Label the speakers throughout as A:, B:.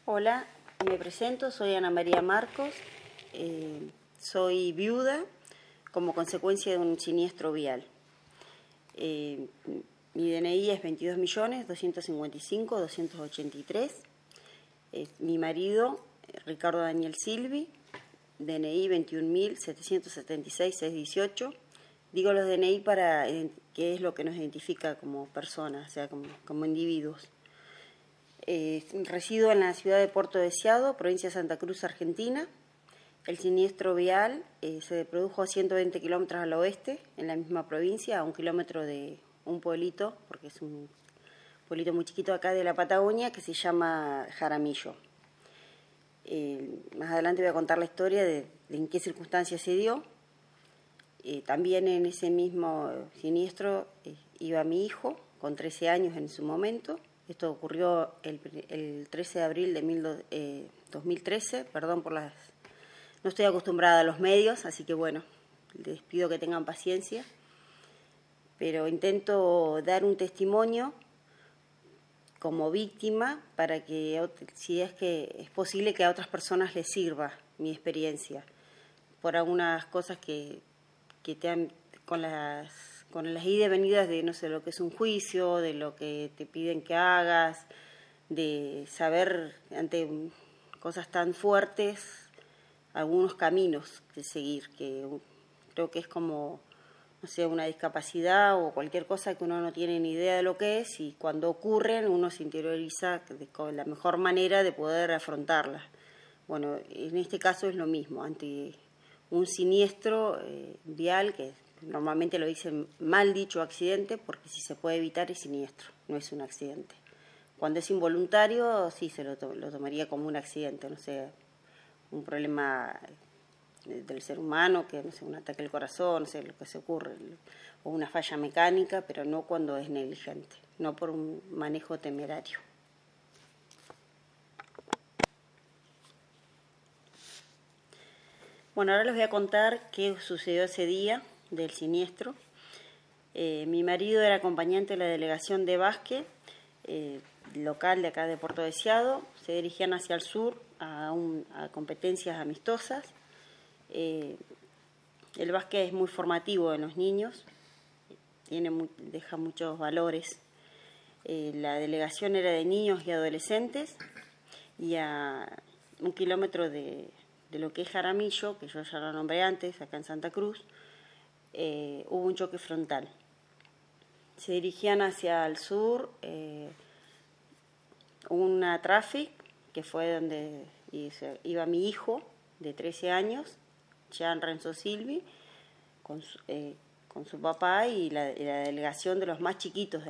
A: Hola, me presento, soy Ana María Marcos, soy viuda como consecuencia de un siniestro vial. Mi DNI es 22.255.283. Mi marido, Ricardo Daniel Silvi, DNI 21.776.618. Digo los DNI para que es lo que nos identifica como personas, o sea, como individuos. Resido en la ciudad de Puerto Deseado, provincia de Santa Cruz, Argentina. El siniestro vial se produjo a 120 kilómetros al oeste, en la misma provincia, a 1 kilómetro de un pueblito, porque es un pueblito muy chiquito acá de la Patagonia, que se llama Jaramillo. Más adelante voy a contar la historia de en qué circunstancias se dio. También en ese mismo siniestro iba mi hijo, con 13 años en su momento. Esto ocurrió el 13 de abril de 2013, perdón por las... No estoy acostumbrada a los medios, así que bueno, les pido que tengan paciencia, pero intento dar un testimonio como víctima para que, si es que es posible, que a otras personas les sirva mi experiencia, por algunas cosas que te han, con las idas y venidas de, no sé, lo que es un juicio, de lo que te piden que hagas, de saber ante cosas tan fuertes algunos caminos que seguir, que creo que es como, no sé, una discapacidad o cualquier cosa que uno no tiene ni idea de lo que es, y cuando ocurren uno se interioriza con la mejor manera de poder afrontarlas. Bueno, en este caso es lo mismo, ante un siniestro vial, que normalmente lo dicen mal dicho accidente, porque si se puede evitar es siniestro, no es un accidente. Cuando es involuntario, sí lo tomaría como un accidente, no sé, un problema del ser humano, que no sé, un ataque al corazón, no sé, lo que se ocurre, o una falla mecánica, pero no cuando es negligente, no por un manejo temerario. Bueno, ahora les voy a contar qué sucedió ese día del siniestro. Mi marido era acompañante de la delegación de básquet local de acá de Puerto Deseado. Se dirigían hacia el sur a competencias amistosas. El básquet es muy formativo en los niños, deja muchos valores. La delegación era de niños y adolescentes, y a 1 kilómetro de lo que es Jaramillo, que yo ya lo nombré antes, acá en Santa Cruz, hubo un choque frontal. Se dirigían hacia el sur, una traffic, que fue donde iba mi hijo de 13 años, Jean Renzo Silvi, con su papá y la delegación de los más chiquitos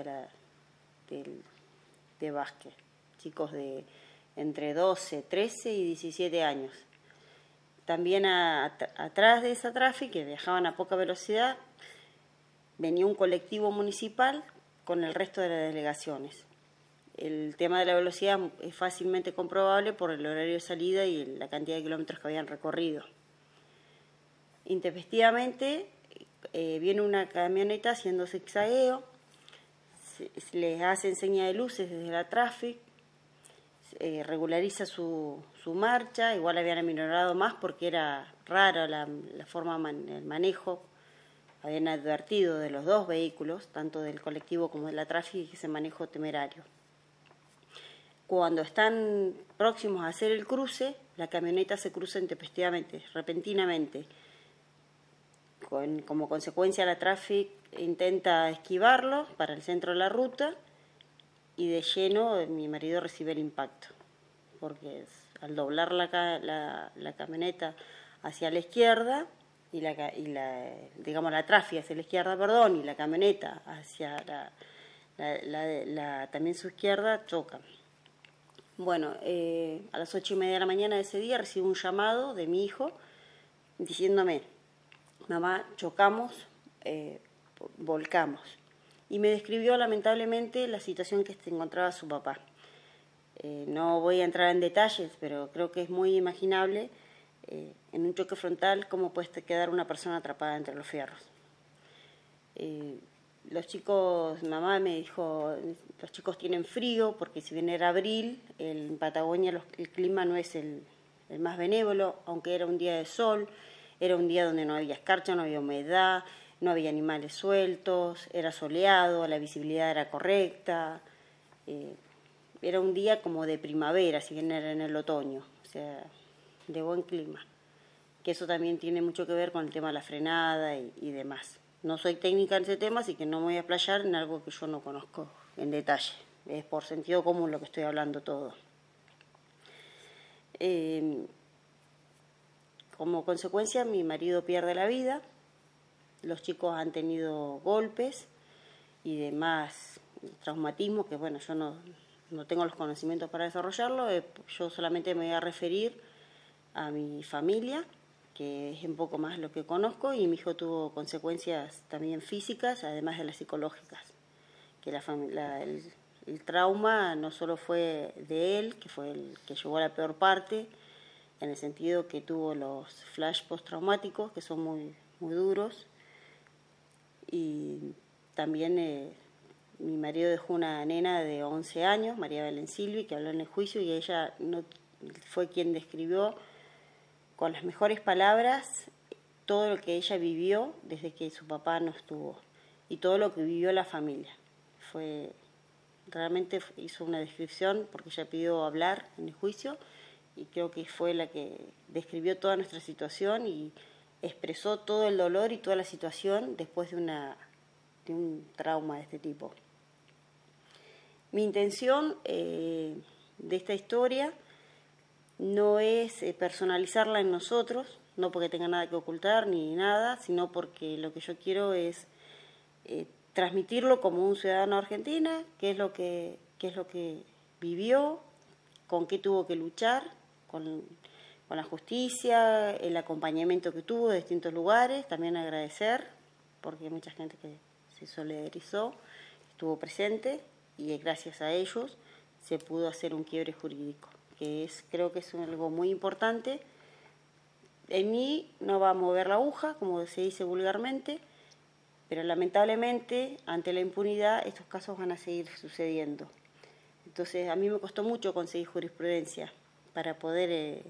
A: de básquet, chicos de entre 12, 13 y 17 años. También atrás de esa traffic, que viajaban a poca velocidad, venía un colectivo municipal con el resto de las delegaciones. El tema de la velocidad es fácilmente comprobable por el horario de salida y la cantidad de kilómetros que habían recorrido. Intempestivamente viene una camioneta haciendo zigzagueo, les hacen seña de luces desde la traffic, regulariza su marcha. Igual habían aminorado más porque era rara la forma el manejo. Habían advertido de los dos vehículos, tanto del colectivo como de la traffic, que ese manejo temerario. Cuando están próximos a hacer el cruce, la camioneta se cruza intempestivamente, repentinamente. Como consecuencia, la traffic intenta esquivarlo para el centro de la ruta, y de lleno mi marido recibe el impacto, porque al doblar la camioneta hacia la izquierda, digamos la traffic hacia la izquierda, perdón, y la camioneta hacia también su izquierda, chocan. Bueno, a las 8:30 de la mañana de ese día recibo un llamado de mi hijo diciéndome: mamá, chocamos, volcamos. Y me describió lamentablemente la situación que se encontraba su papá. No voy a entrar en detalles, pero creo que es muy imaginable en un choque frontal cómo puede quedar una persona atrapada entre los fierros. los chicos, mamá me dijo, los chicos tienen frío, porque si bien era abril, en Patagonia el clima no es el más benévolo, aunque era un día de sol, era un día donde no había escarcha, no había humedad, no había animales sueltos, era soleado, la visibilidad era correcta, era un día como de primavera, si bien era en el otoño, o sea, de buen clima, que eso también tiene mucho que ver con el tema de la frenada y demás. No soy técnica en ese tema, así que no me voy a explayar en algo que yo no conozco en detalle. Es por sentido común lo que estoy hablando todo. Como consecuencia, mi marido pierde la vida. Los chicos han tenido golpes y demás traumatismos que, bueno, yo no tengo los conocimientos para desarrollarlo. Yo solamente me voy a referir a mi familia, que es un poco más lo que conozco, y mi hijo tuvo consecuencias también físicas, además de las psicológicas. Que el trauma no solo fue de él, que fue el que llevó a la peor parte, en el sentido que tuvo los flash postraumáticos, que son muy, muy duros, y también mi marido dejó una nena de 11 años, María Belén Silvi, que habló en el juicio, y ella no fue quien describió con las mejores palabras todo lo que ella vivió desde que su papá no estuvo y todo lo que vivió la familia. Realmente hizo una descripción porque ella pidió hablar en el juicio y creo que fue la que describió toda nuestra situación y expresó todo el dolor y toda la situación después de un trauma de este tipo. Mi intención de esta historia no es personalizarla en nosotros, no porque tenga nada que ocultar ni nada, sino porque lo que yo quiero es transmitirlo como un ciudadano argentino, qué es lo que vivió, con qué tuvo que luchar, con la justicia, el acompañamiento que tuvo de distintos lugares, también agradecer, porque hay mucha gente que se solidarizó, estuvo presente, y gracias a ellos se pudo hacer un quiebre jurídico, que creo que es algo muy importante. En mí no va a mover la aguja, como se dice vulgarmente, pero lamentablemente, ante la impunidad, estos casos van a seguir sucediendo. Entonces, a mí me costó mucho conseguir jurisprudencia para poder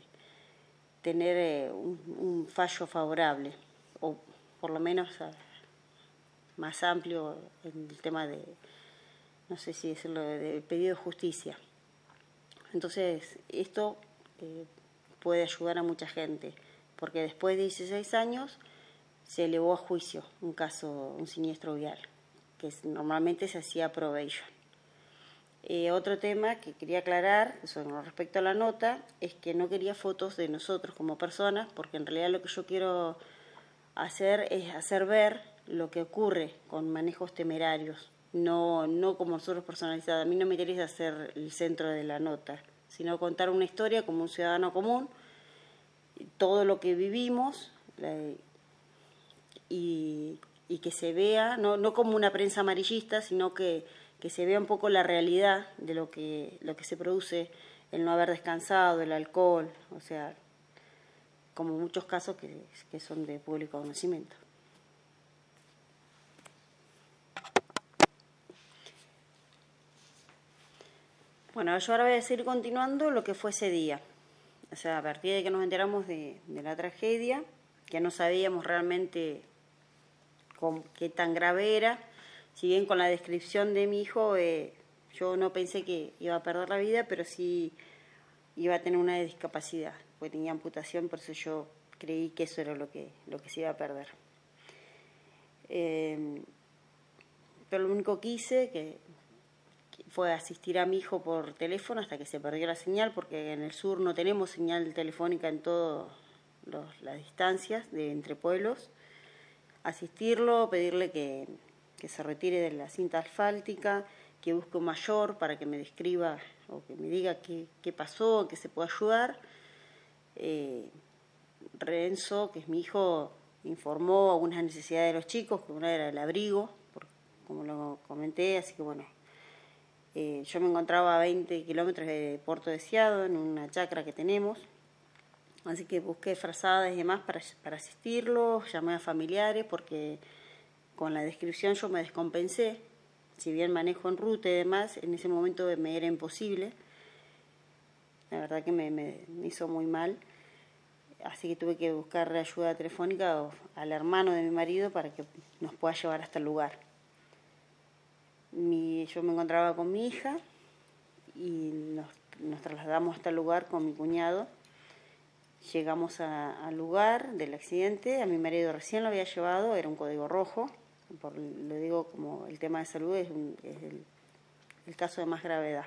A: tener un fallo favorable, o por lo menos más amplio en el tema de, no sé si decirlo, de pedido de justicia. Entonces, esto puede ayudar a mucha gente, porque después de 16 años se elevó a juicio un siniestro vial, que normalmente se hacía probation. Otro tema que quería aclarar con respecto a la nota es que no quería fotos de nosotros como personas, porque en realidad lo que yo quiero hacer es hacer ver lo que ocurre con manejos temerarios, no como nosotros personalizados. A mí no me interesa ser el centro de la nota, sino contar una historia como un ciudadano común, todo lo que vivimos y que se vea, no como una prensa amarillista, sino que se vea un poco la realidad de lo que se produce, el no haber descansado, el alcohol, o sea, como muchos casos que son de público conocimiento. Bueno, yo ahora voy a seguir continuando lo que fue ese día. O sea, a partir de que nos enteramos de la tragedia, que no sabíamos realmente qué tan grave era, si bien con la descripción de mi hijo, yo no pensé que iba a perder la vida, pero sí iba a tener una discapacidad, porque tenía amputación, por eso yo creí que eso era lo que se iba a perder. Pero lo único que hice que fue asistir a mi hijo por teléfono hasta que se perdió la señal, porque en el sur no tenemos señal telefónica en todas las distancias de entre pueblos. Asistirlo, pedirle que se retire de la cinta asfáltica, que busque un mayor para que me describa o que me diga qué pasó, qué se puede ayudar. Renzo, que es mi hijo, informó algunas necesidades de los chicos, que una era el abrigo, como lo comenté, así que bueno, yo me encontraba a 20 kilómetros de Puerto Deseado, en una chacra que tenemos, así que busqué frazadas y demás para asistirlos, llamé a familiares, porque con la descripción yo me descompensé. Si bien manejo en ruta y demás, en ese momento me era imposible. La verdad que me hizo muy mal. Así que tuve que buscar ayuda telefónica al hermano de mi marido para que nos pueda llevar hasta el lugar. Yo me encontraba con mi hija y nos trasladamos hasta el lugar con mi cuñado. Llegamos al lugar del accidente. A mi marido recién lo había llevado, era un código rojo. Lo digo como el tema de salud es el caso de más gravedad.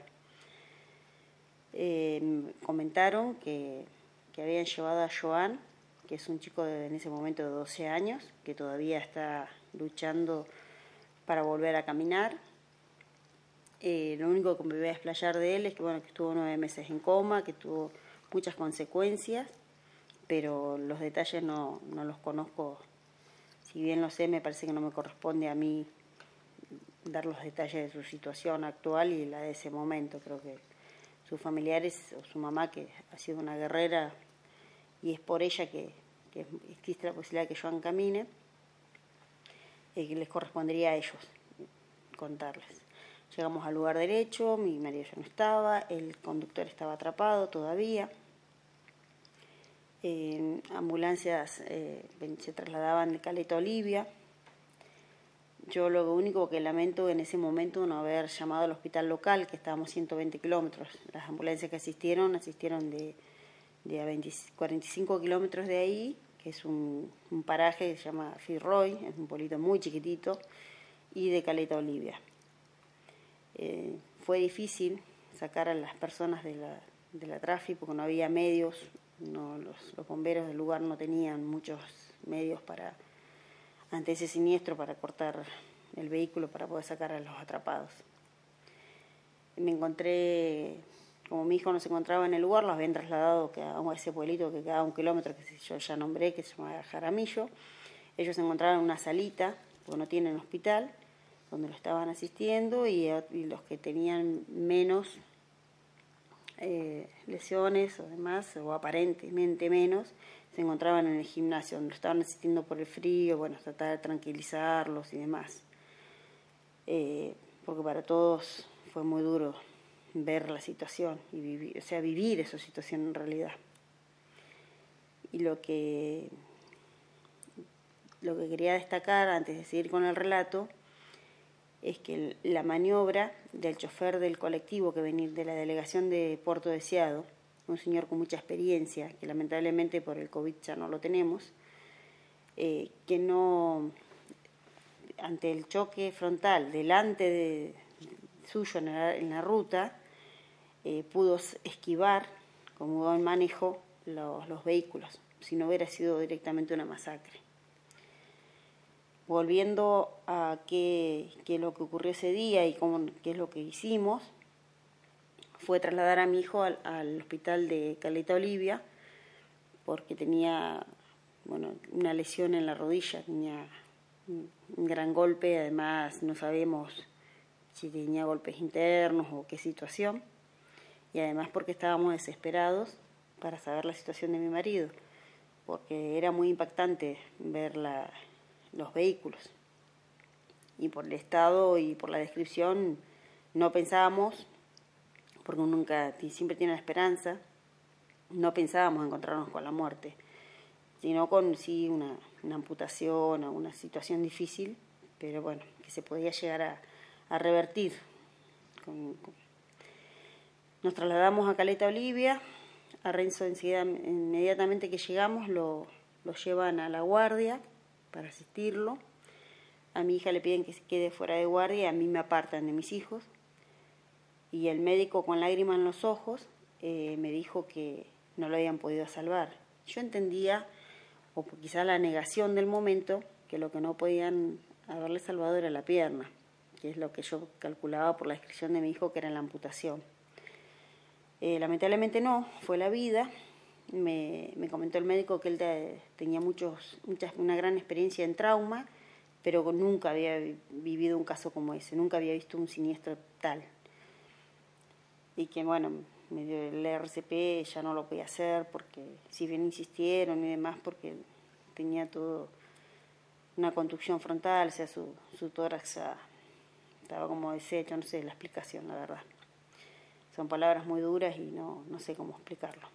A: Comentaron que habían llevado a Joan, que es un chico en ese momento de 12 años, que todavía está luchando para volver a caminar. Lo único que me voy a explayar de él es que, que estuvo 9 meses en coma, que tuvo muchas consecuencias, pero los detalles no los conozco. Si bien lo sé, me parece que no me corresponde a mí dar los detalles de su situación actual y la de ese momento. Creo que sus familiares o su mamá, que ha sido una guerrera, y es por ella que existe la posibilidad de que Joan camine, que les correspondería a ellos contarles. Llegamos al lugar derecho, mi marido ya no estaba, el conductor estaba atrapado todavía. Ambulancias se trasladaban de Caleta a Olivia. Yo lo único que lamento en ese momento no haber llamado al hospital local, que estábamos 120 kilómetros. Las ambulancias que asistieron de a 45 kilómetros de ahí, que es un paraje que se llama Firroy, es un pueblito muy chiquitito, y de Caleta a Olivia. Fue difícil sacar a las personas de la tráfico porque no había medios. Los bomberos del lugar no tenían muchos medios ante ese siniestro para cortar el vehículo para poder sacar a los atrapados. Me encontré, como mi hijo no se encontraba en el lugar, los habían trasladado a ese pueblito que quedaba 1 kilómetro, que yo ya nombré, que se llama Jaramillo. Ellos se encontraban en una salita, porque no tienen hospital, donde lo estaban asistiendo, y los que tenían menos lesiones o demás, o aparentemente menos, se encontraban en el gimnasio, donde lo estaban asistiendo por el frío, tratar de tranquilizarlos y demás. Porque para todos fue muy duro ver la situación y vivir esa situación en realidad. Y lo que quería destacar antes de seguir con el relato es que la maniobra del chofer del colectivo que venía de la delegación de Puerto Deseado, un señor con mucha experiencia, que lamentablemente por el COVID ya no lo tenemos, que no, ante el choque frontal delante suyo en la ruta, pudo esquivar con buen manejo los vehículos, si no hubiera sido directamente una masacre. Volviendo a qué es lo que ocurrió ese día y qué es lo que hicimos, fue trasladar a mi hijo al hospital de Caleta Olivia, porque tenía una lesión en la rodilla, tenía un gran golpe, además no sabemos si tenía golpes internos o qué situación, y además porque estábamos desesperados para saber la situación de mi marido, porque era muy impactante ver los vehículos, y por el estado y por la descripción no pensábamos, porque uno siempre tiene la esperanza, no pensábamos encontrarnos con la muerte, sino con una amputación o una situación difícil, pero que se podía llegar a revertir. Nos trasladamos a Caleta Olivia. A Renzo inmediatamente que llegamos lo llevan a la guardia para asistirlo. A mi hija le piden que se quede fuera de guardia y a mí me apartan de mis hijos. Y el médico, con lágrimas en los ojos, me dijo que no lo habían podido salvar. Yo entendía, o quizá la negación del momento, que lo que no podían haberle salvado era la pierna, que es lo que yo calculaba por la descripción de mi hijo, que era la amputación. Lamentablemente no, fue la vida. Me comentó el médico que él tenía una gran experiencia en trauma, pero nunca había vivido un caso como ese, nunca había visto un siniestro tal. Y que me dio el RCP, ya no lo podía hacer, porque si bien insistieron y demás, porque tenía todo una contusión frontal, o sea, su tórax estaba como deshecho, no sé la explicación, la verdad. Son palabras muy duras y no sé cómo explicarlo.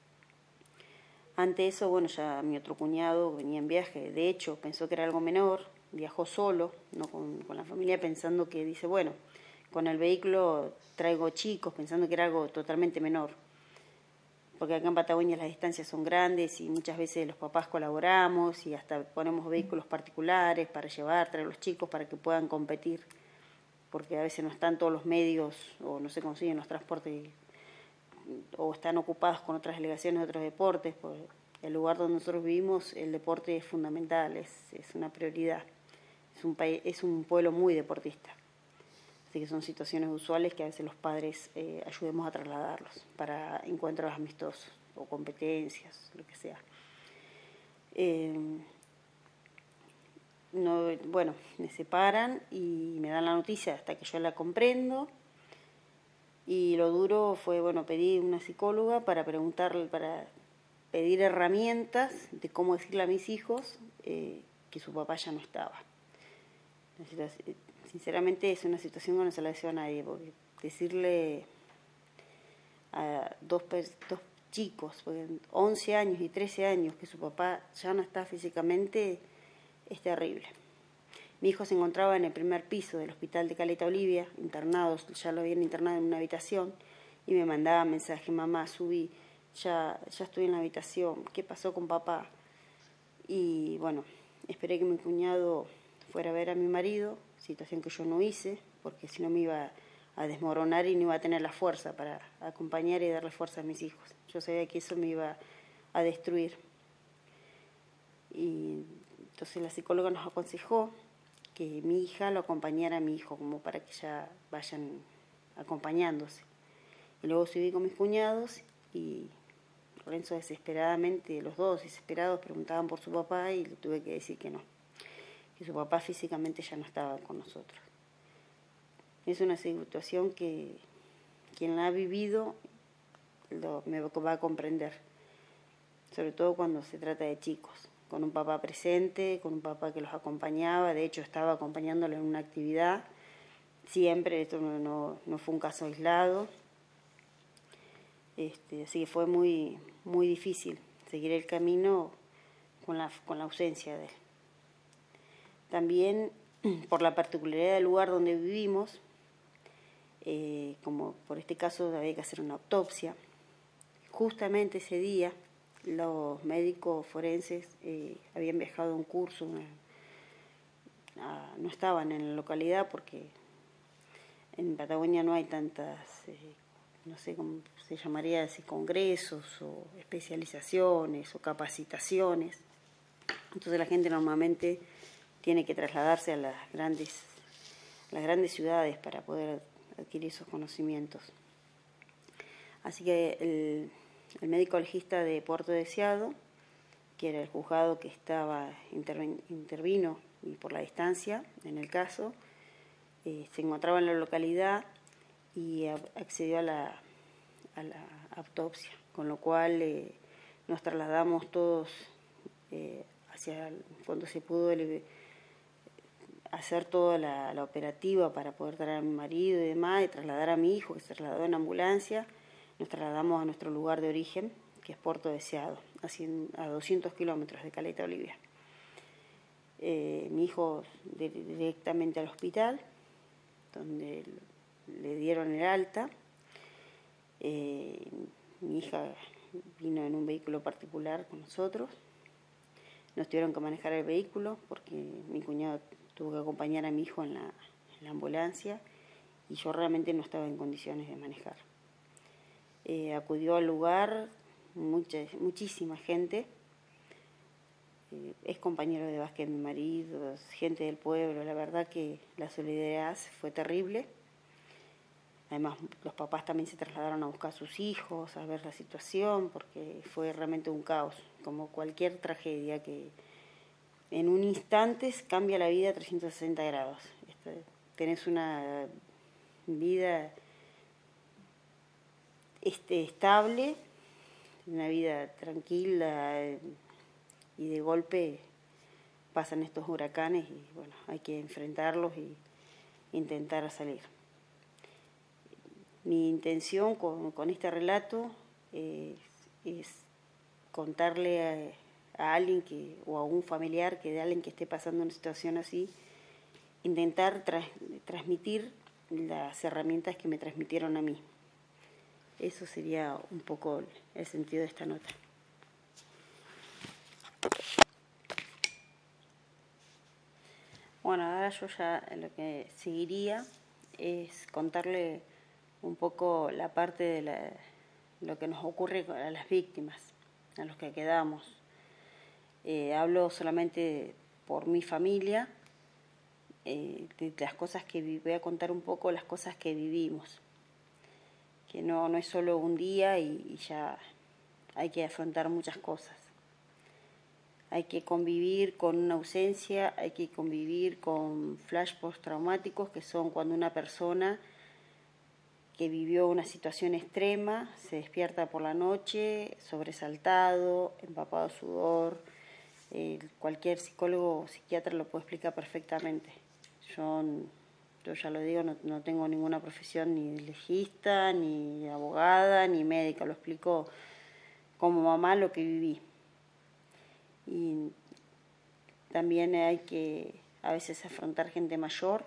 A: Ante eso, bueno, ya mi otro cuñado venía en viaje, de hecho pensó que era algo menor, viajó solo, no con la familia, pensando que, dice, bueno, con el vehículo traigo chicos, pensando que era algo totalmente menor. Porque acá en Patagonia las distancias son grandes y muchas veces los papás colaboramos y hasta ponemos vehículos particulares para traer a los chicos para que puedan competir, porque a veces no están todos los medios o no se consiguen los transportes o están ocupados con otras delegaciones de otros deportes. Pues el lugar donde nosotros vivimos, el deporte es fundamental, es una prioridad. Es un pueblo muy deportista. Así que son situaciones usuales que a veces los padres ayudemos a trasladarlos para encuentros amistosos o competencias, lo que sea. Bueno, me separan y me dan la noticia hasta que yo la comprendo. Y lo duro fue, bueno, pedir una psicóloga para pedir herramientas de cómo decirle a mis hijos que su papá ya no estaba. Sinceramente es una situación que no se la deseo a nadie, porque decirle a dos chicos, 11 años y 13 años, que su papá ya no está físicamente, es terrible. Mi hijo se encontraba en el primer piso del hospital de Caleta Olivia, internados, ya lo habían internado en una habitación, y me mandaba mensaje: mamá, subí, ya estoy en la habitación, ¿qué pasó con papá? Y bueno, esperé que mi cuñado fuera a ver a mi marido, situación que yo no hice, porque si no me iba a desmoronar y no iba a tener la fuerza para acompañar y darle fuerza a mis hijos. Yo sabía que eso me iba a destruir. Y entonces la psicóloga nos aconsejó que mi hija lo acompañara a mi hijo, como para que ya vayan acompañándose. Y luego subí con mis cuñados y Lorenzo desesperadamente, los dos desesperados, preguntaban por su papá y le tuve que decir que no, que su papá físicamente ya no estaba con nosotros. Es una situación que quien la ha vivido me va a comprender, sobre todo cuando se trata de chicos, con un papá presente, con un papá que los acompañaba, de hecho estaba acompañándolo en una actividad, siempre, esto no fue un caso aislado, así que fue muy, muy difícil seguir el camino con la ausencia de él. También por la particularidad del lugar donde vivimos, como por este caso había que hacer una autopsia, justamente ese día los médicos forenses habían viajado a un curso, no estaban en la localidad porque en Patagonia no hay tantas, no sé cómo se llamaría, si congresos o especializaciones o capacitaciones. Entonces la gente normalmente tiene que trasladarse a las grandes ciudades para poder adquirir esos conocimientos. Así que el médico legista de Puerto Deseado, que era el juzgado que intervino y por la distancia en el caso, se encontraba en la localidad y accedió a la autopsia, con lo cual nos trasladamos todos hacia cuando se pudo hacer toda la operativa para poder traer a mi marido y demás, y trasladar a mi hijo, que se trasladó en ambulancia. Nos trasladamos a nuestro lugar de origen, que es Puerto Deseado, a 200 kilómetros de Caleta Olivia. Mi hijo directamente al hospital, donde le dieron el alta. Mi hija vino en un vehículo particular con nosotros. Nos tuvieron que manejar el vehículo porque mi cuñado tuvo que acompañar a mi hijo en la ambulancia y yo realmente no estaba en condiciones de manejar. Acudió al lugar muchísima gente, es compañero de básquet de mi marido, gente del pueblo. La verdad que la solidaridad fue terrible. Además, los papás también se trasladaron a buscar a sus hijos, a ver la situación, porque fue realmente un caos, como cualquier tragedia que en un instante cambia la vida a 360 grados. Tenés una vida estable, una vida tranquila y de golpe pasan estos huracanes y bueno, hay que enfrentarlos y intentar salir. Mi intención con este relato es contarle a alguien o a un familiar de alguien que esté pasando una situación así, intentar transmitir las herramientas que me transmitieron a mí. Eso sería un poco el sentido de esta nota. Bueno, ahora yo ya lo que seguiría es contarle un poco la parte de lo que nos ocurre a las víctimas, a los que quedamos. Hablo solamente por mi familia, de las cosas que voy a contar un poco las cosas que vivimos, que no es solo un día y ya hay que afrontar muchas cosas. Hay que convivir con una ausencia, hay que convivir con flash postraumáticos, que son cuando una persona que vivió una situación extrema se despierta por la noche, sobresaltado, empapado de sudor. Cualquier psicólogo o psiquiatra lo puede explicar perfectamente. Yo ya lo digo, no tengo ninguna profesión ni legista, ni abogada, ni médica. Lo explico como mamá lo que viví. Y también hay que a veces afrontar gente mayor.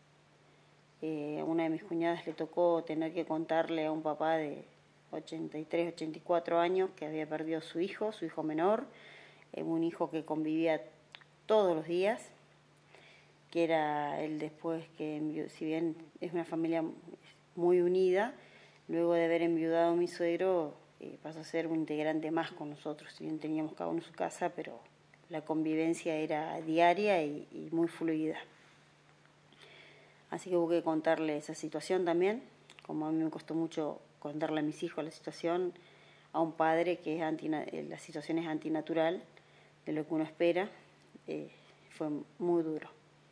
A: A una de mis cuñadas le tocó tener que contarle a un papá de 83, 84 años que había perdido su hijo menor, un hijo que convivía todos los días, que era él después que, si bien es una familia muy unida, luego de haber enviudado a mi suegro, pasó a ser un integrante más con nosotros. Si bien teníamos cada uno su casa, pero la convivencia era diaria y muy fluida. Así que hubo que contarle esa situación también, como a mí me costó mucho contarle a mis hijos la situación, a un padre que la situación es antinatural de lo que uno espera, fue muy duro.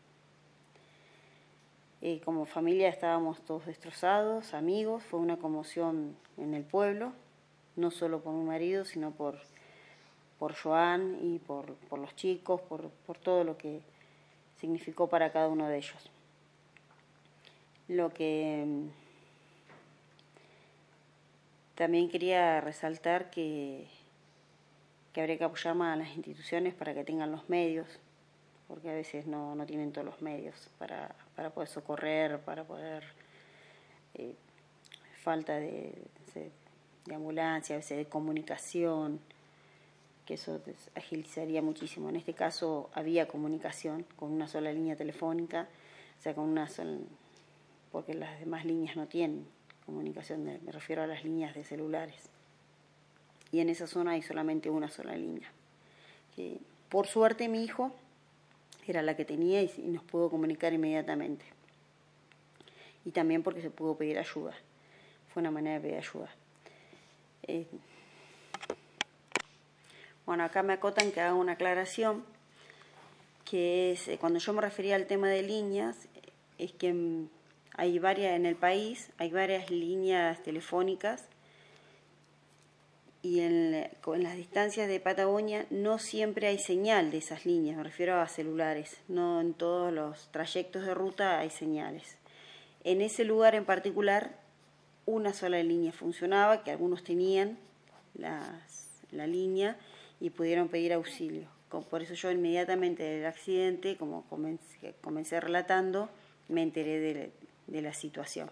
A: Como familia estábamos todos destrozados, amigos, fue una conmoción en el pueblo, no solo por mi marido, sino por Joan y por los chicos, por todo lo que significó para cada uno de ellos. Lo que también quería resaltar que habría que apoyar más a las instituciones para que tengan los medios, porque a veces no tienen todos los medios para poder socorrer, para poder falta de ambulancia, a veces de comunicación, que eso agilizaría muchísimo. En este caso había comunicación con una sola línea telefónica, o sea, con una sola, porque las demás líneas no tienen comunicación, me refiero a las líneas de celulares. Y en esa zona hay solamente una sola línea. Que, por suerte mi hijo era la que tenía y nos pudo comunicar inmediatamente. Y también porque se pudo pedir ayuda. Fue una manera de pedir ayuda. Bueno, acá me acotan que haga una aclaración, que es, cuando yo me refería al tema de líneas, es que hay varias en el país, hay varias líneas telefónicas y en las distancias de Patagonia no siempre hay señal de esas líneas, me refiero a celulares, no en todos los trayectos de ruta hay señales. En ese lugar en particular, una sola línea funcionaba, que algunos tenían la línea y pudieron pedir auxilio. Por eso yo inmediatamente del accidente, como comencé relatando, me enteré de la situación.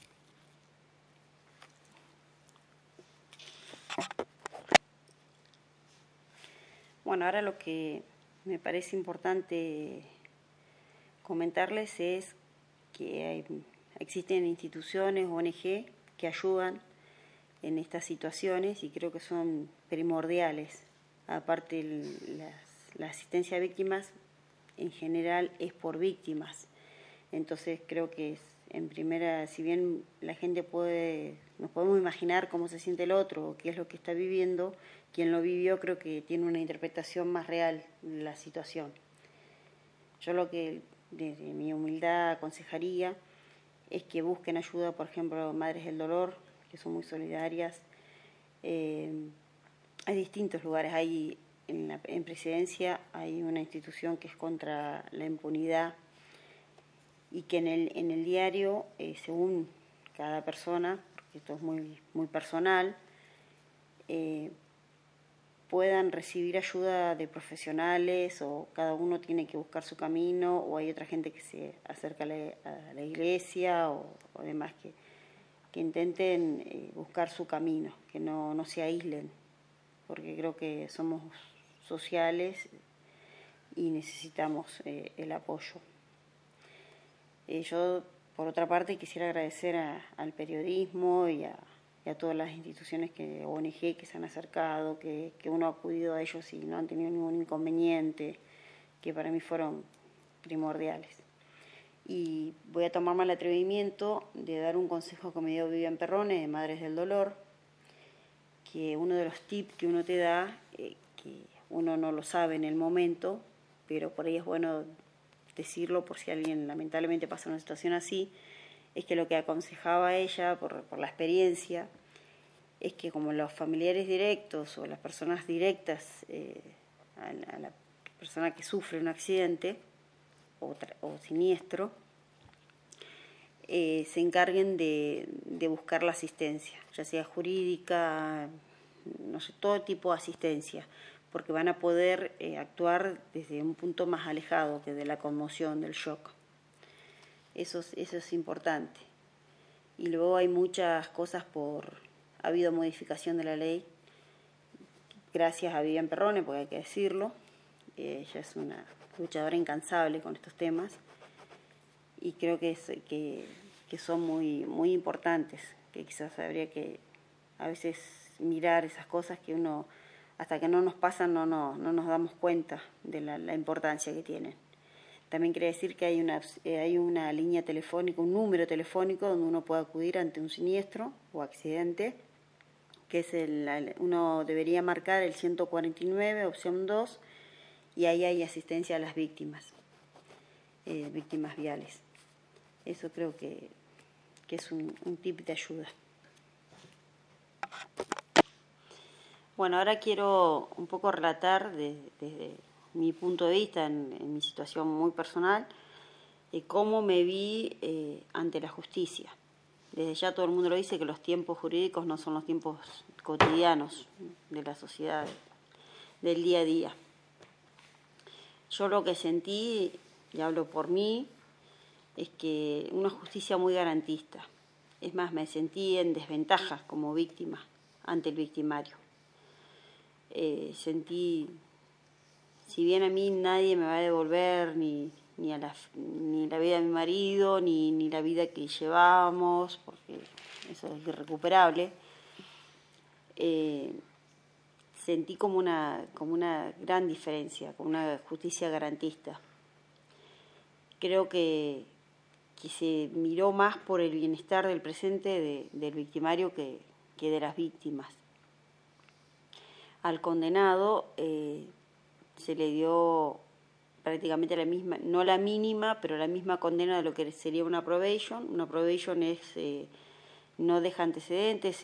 A: Bueno, ahora lo que me parece importante comentarles es que existen instituciones, ONG, que ayudan en estas situaciones y creo que son primordiales. Aparte, la asistencia a víctimas en general es por víctimas. Entonces creo que en primera, si bien la gente nos podemos imaginar cómo se siente el otro o qué es lo que está viviendo, quien lo vivió creo que tiene una interpretación más real de la situación. Yo lo que desde mi humildad aconsejaría es que busquen ayuda, por ejemplo, Madres del Dolor, que son muy solidarias. Hay distintos lugares, hay en Presidencia hay una institución que es contra la impunidad y que en el diario, según cada persona, porque esto es muy personal, puedan recibir ayuda de profesionales o cada uno tiene que buscar su camino o hay otra gente que se acerca a la iglesia o demás que intenten buscar su camino, que no se aíslen, porque creo que somos sociales y necesitamos el apoyo. Yo, por otra parte, quisiera agradecer al periodismo y a todas las instituciones ONG que se han acercado, que uno ha acudido a ellos y no han tenido ningún inconveniente, que para mí fueron primordiales. Y voy a tomarme el atrevimiento de dar un consejo que me dio Vivian Perrone, de Madres del Dolor, que uno de los tips que uno te da, que uno no lo sabe en el momento, pero por ahí es bueno decirlo por si alguien lamentablemente pasa una situación así, es que lo que aconsejaba ella por la experiencia es que como los familiares directos o las personas directas a la persona que sufre un accidente o siniestro, se encarguen de buscar la asistencia, ya sea jurídica, no sé, todo tipo de asistencia, porque van a poder actuar desde un punto más alejado que de la conmoción, del shock. Eso es importante. Y luego hay muchas cosas ha habido modificación de la ley, gracias a Vivian Perrone, porque hay que decirlo. Ella es una luchadora incansable con estos temas y creo que son muy importantes, que quizás habría que a veces mirar esas cosas que uno, hasta que no nos pasan, no nos damos cuenta de la importancia que tienen. También quiere decir que hay una línea telefónica, un número telefónico donde uno puede acudir ante un siniestro o accidente, que es uno debería marcar el 149, opción 2, y ahí hay asistencia a las víctimas viales. Eso creo que es un tip de ayuda. Bueno, ahora quiero un poco relatar desde mi punto de vista, en mi situación muy personal, cómo me vi ante la justicia. Desde ya todo el mundo lo dice, que los tiempos jurídicos no son los tiempos cotidianos de la sociedad, del día a día. Yo lo que sentí, y hablo por mí, es que una justicia muy garantista. Es más, me sentí en desventaja como víctima ante el victimario. Sentí, si bien a mí nadie me va a devolver ni la vida de mi marido, ni la vida que llevábamos, porque eso es irrecuperable, sentí como una gran diferencia, como una justicia garantista. Creo que se miró más por el bienestar del presente del victimario que de las víctimas. Al condenado se le dio prácticamente la misma, no la mínima, pero la misma condena de lo que sería una probation. Una probation no deja antecedentes,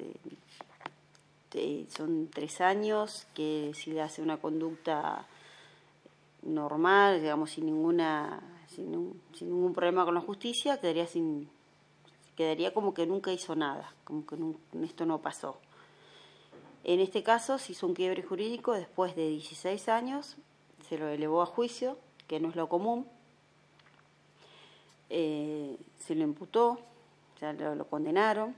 A: son 3 años, que si le hace una conducta normal, digamos, sin ningún problema con la justicia, quedaría como que nunca hizo nada, como que esto no pasó. En este caso se hizo un quiebre jurídico después de 16 años, se lo elevó a juicio, que no es lo común, se lo imputó, o sea, lo condenaron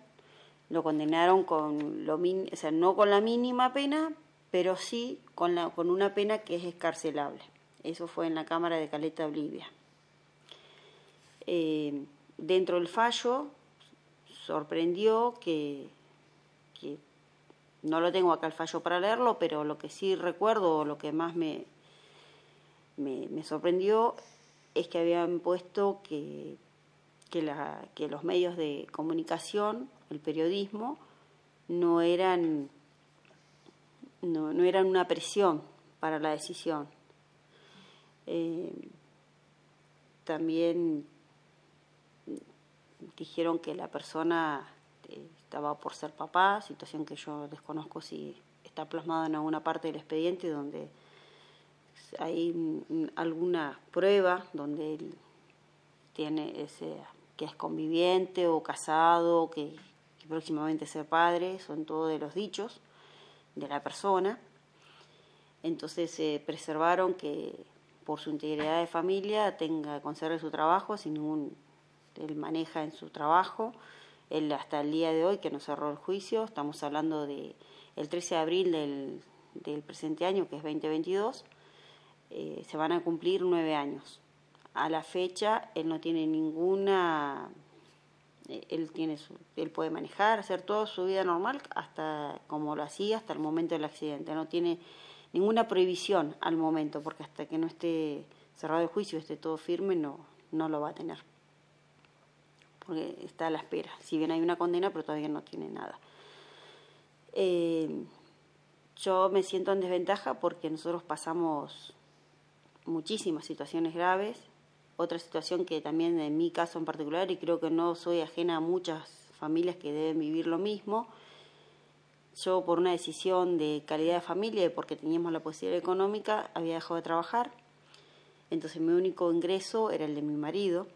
A: con o sea, no con la mínima pena, pero sí con una pena que es excarcelable. Eso fue en la Cámara de Caleta, Olivia. Dentro del fallo sorprendió que no lo tengo acá el fallo para leerlo, pero lo que sí recuerdo, lo que más me sorprendió, es que habían puesto que los medios de comunicación, el periodismo, no eran una presión para la decisión. También dijeron que la persona estaba por ser papá, situación que yo desconozco si está plasmado en alguna parte del expediente donde hay alguna prueba donde él tiene que es conviviente o casado, que próximamente ser padre, son todos de los dichos de la persona. Entonces se preservaron que por su integridad de familia conserve su trabajo sin ningún... Él maneja en su trabajo, él hasta el día de hoy que nos cerró el juicio, estamos hablando de el 13 de abril del presente año, que es 2022, se van a cumplir 9 años. A la fecha él no tiene ninguna... Él puede manejar, hacer toda su vida normal, hasta como lo hacía hasta el momento del accidente. No tiene ninguna prohibición al momento, porque hasta que no esté cerrado el juicio, esté todo firme, no lo va a tener. Porque está a la espera. Si bien hay una condena, pero todavía no tiene nada. Yo me siento en desventaja porque nosotros pasamos muchísimas situaciones graves. Otra situación que también en mi caso en particular, y creo que no soy ajena a muchas familias que deben vivir lo mismo, yo por una decisión de calidad de familia y porque teníamos la posibilidad económica, había dejado de trabajar. Entonces mi único ingreso era el de mi marido.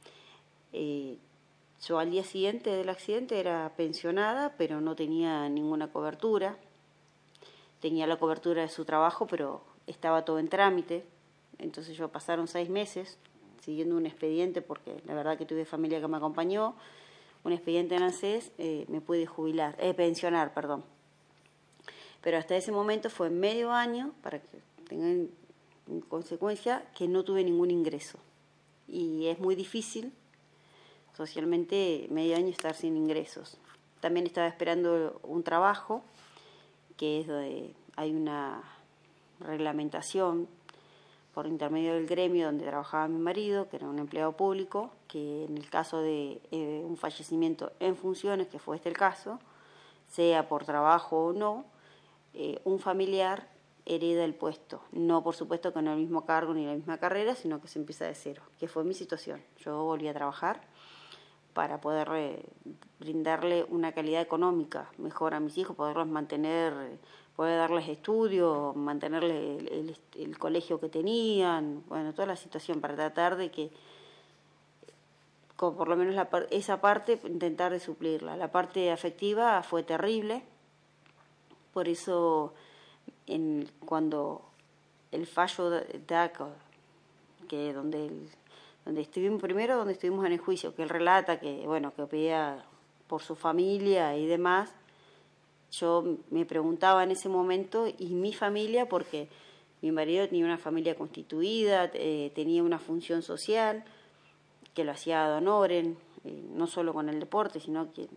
A: Yo al día siguiente del accidente era pensionada, pero no tenía ninguna cobertura. Tenía la cobertura de su trabajo, pero estaba todo en trámite. Entonces yo pasaron 6 meses siguiendo un expediente, porque la verdad que tuve familia que me acompañó, un expediente en ANSES, me pude pensionar, perdón. Pero hasta ese momento fue medio año, para que tengan en consecuencia, que no tuve ningún ingreso. Y es muy difícil socialmente medio año estar sin ingresos. También estaba esperando un trabajo, que es donde hay una reglamentación por intermedio del gremio donde trabajaba mi marido, que era un empleado público, que en el caso de un fallecimiento en funciones, que fue este el caso, sea por trabajo o no, un familiar hereda el puesto. No, por supuesto, que no el mismo cargo ni la misma carrera, sino que se empieza de cero, que fue mi situación. Yo volví a trabajar para poder brindarle una calidad económica mejor a mis hijos, poderlos mantener, poder darles estudio, mantenerles el colegio que tenían, bueno, toda la situación para tratar de que, por lo menos esa parte, intentar de suplirla. La parte afectiva fue terrible, por eso cuando el fallo da, que donde estuvimos en el juicio, que él relata que, bueno, que pedía por su familia y demás, yo me preguntaba en ese momento, ¿y mi familia? Porque mi marido tenía una familia constituida, tenía una función social, que lo hacía ad honorem, no solo con el deporte, sino que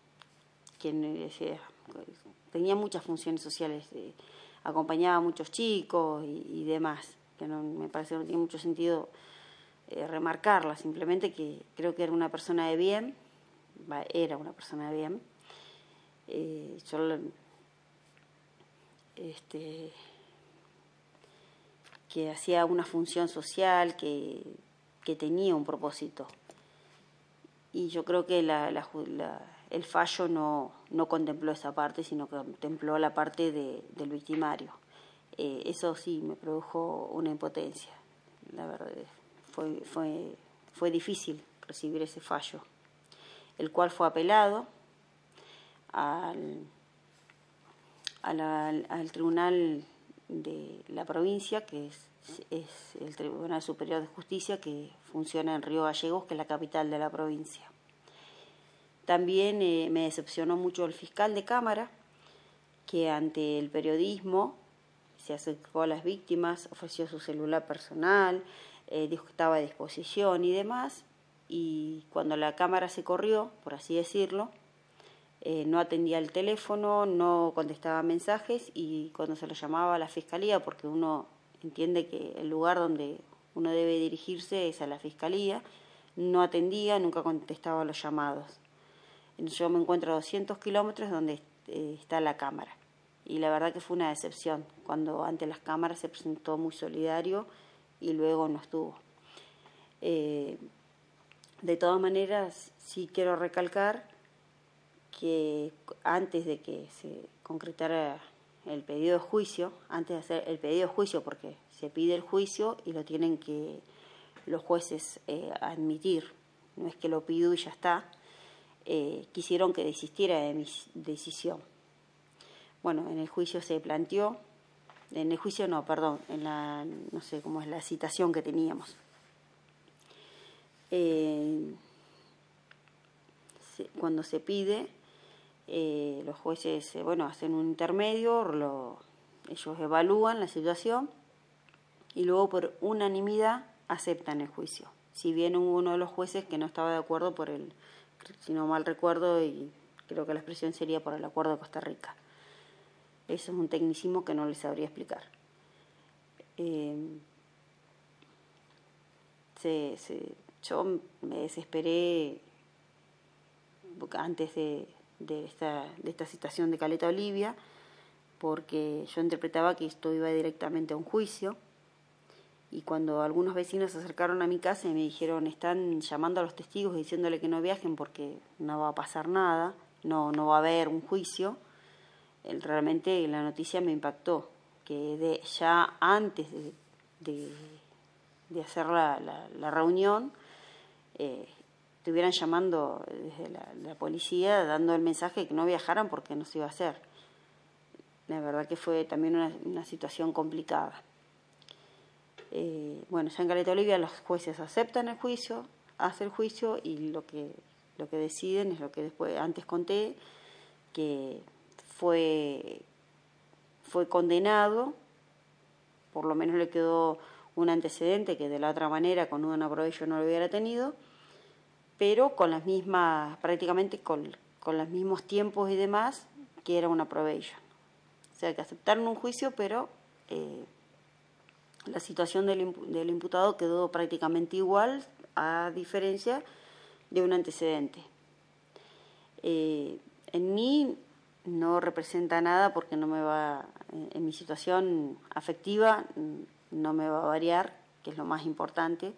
A: tenía muchas funciones sociales, acompañaba a muchos chicos y demás, que me parece que no tiene mucho sentido remarcarla, simplemente que creo que era una persona de bien, que hacía una función social, que tenía un propósito. Y yo creo que el fallo no contempló esa parte, sino que contempló la parte del victimario. Eso sí me produjo una impotencia, la verdad. Fue difícil recibir ese fallo, el cual fue apelado al Tribunal de la provincia, que es el Tribunal Superior de Justicia, que funciona en Río Gallegos, que es la capital de la provincia. También me decepcionó mucho el fiscal de Cámara, que ante el periodismo se acercó a las víctimas, ofreció su celular personal, dijo que estaba a disposición y demás, y cuando la cámara se corrió, por así decirlo, no atendía el teléfono, no contestaba mensajes, y cuando se lo llamaba a la fiscalía, porque uno entiende que el lugar donde uno debe dirigirse es a la fiscalía, no atendía, nunca contestaba los llamados. Yo me encuentro a 200 kilómetros donde está la cámara, y la verdad que fue una decepción cuando ante las cámaras se presentó muy solidario y luego no estuvo. De todas maneras, sí quiero recalcar que antes de que se concretara el pedido de juicio, antes de hacer el pedido de juicio, porque se pide el juicio y lo tienen que los jueces admitir, no es que lo pido y ya está, quisieron que desistiera de mi decisión. Bueno, en el juicio se planteó, en el juicio no, perdón, en la, no sé cómo es la citación que teníamos. Cuando se pide, los jueces, hacen un intermedio, ellos evalúan la situación y luego por unanimidad aceptan el juicio. Si bien hubo uno de los jueces que no estaba de acuerdo por si no mal recuerdo, y creo que la expresión sería por el acuerdo de Costa Rica. Eso es un tecnicismo que no les sabría explicar. Yo me desesperé antes de esta situación de Caleta Olivia, porque yo interpretaba que esto iba directamente a un juicio, y cuando algunos vecinos se acercaron a mi casa y me dijeron, están llamando a los testigos y diciéndole que no viajen porque no va a pasar nada, no va a haber un juicio, realmente la noticia me impactó, que ya antes de hacer la reunión, estuvieran llamando desde la policía, dando el mensaje de que no viajaran porque no se iba a hacer. La verdad que fue también una situación complicada. Ya en Caleta Olivia los jueces aceptan el juicio, hacen el juicio, y lo que deciden es lo que después antes conté, que fue condenado, por lo menos le quedó un antecedente que de la otra manera con una probation no lo hubiera tenido, pero con las mismas, prácticamente con los mismos tiempos y demás que era una probation. O sea que aceptaron un juicio, pero la situación del imputado quedó prácticamente igual, a diferencia de un antecedente. En mí no representa nada porque no me va, en mi situación afectiva no me va a variar, que es lo más importante,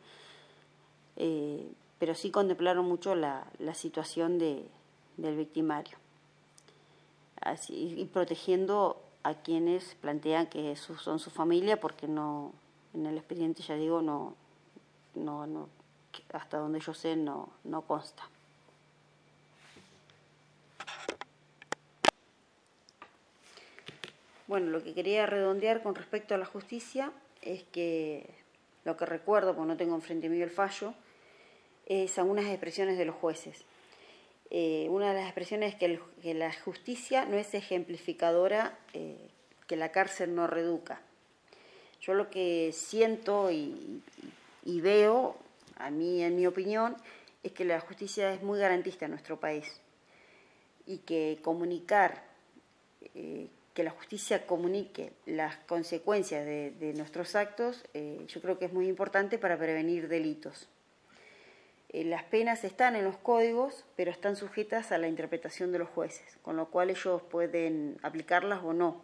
A: pero sí contemplaron mucho la situación del victimario. Así, y protegiendo a quienes plantean que son su familia, porque no, en el expediente, ya digo, no hasta donde yo sé no consta. Bueno, lo que quería redondear con respecto a la justicia es que lo que recuerdo, porque no tengo enfrente mío el fallo, es algunas expresiones de los jueces. Una de las expresiones es que la justicia no es ejemplificadora, que la cárcel no reeduca. Yo lo que siento y veo, en mi opinión, es que la justicia es muy garantista en nuestro país, y que que la justicia comunique las consecuencias de nuestros actos, yo creo que es muy importante para prevenir delitos. Las penas están en los códigos, pero están sujetas a la interpretación de los jueces, con lo cual ellos pueden aplicarlas o no.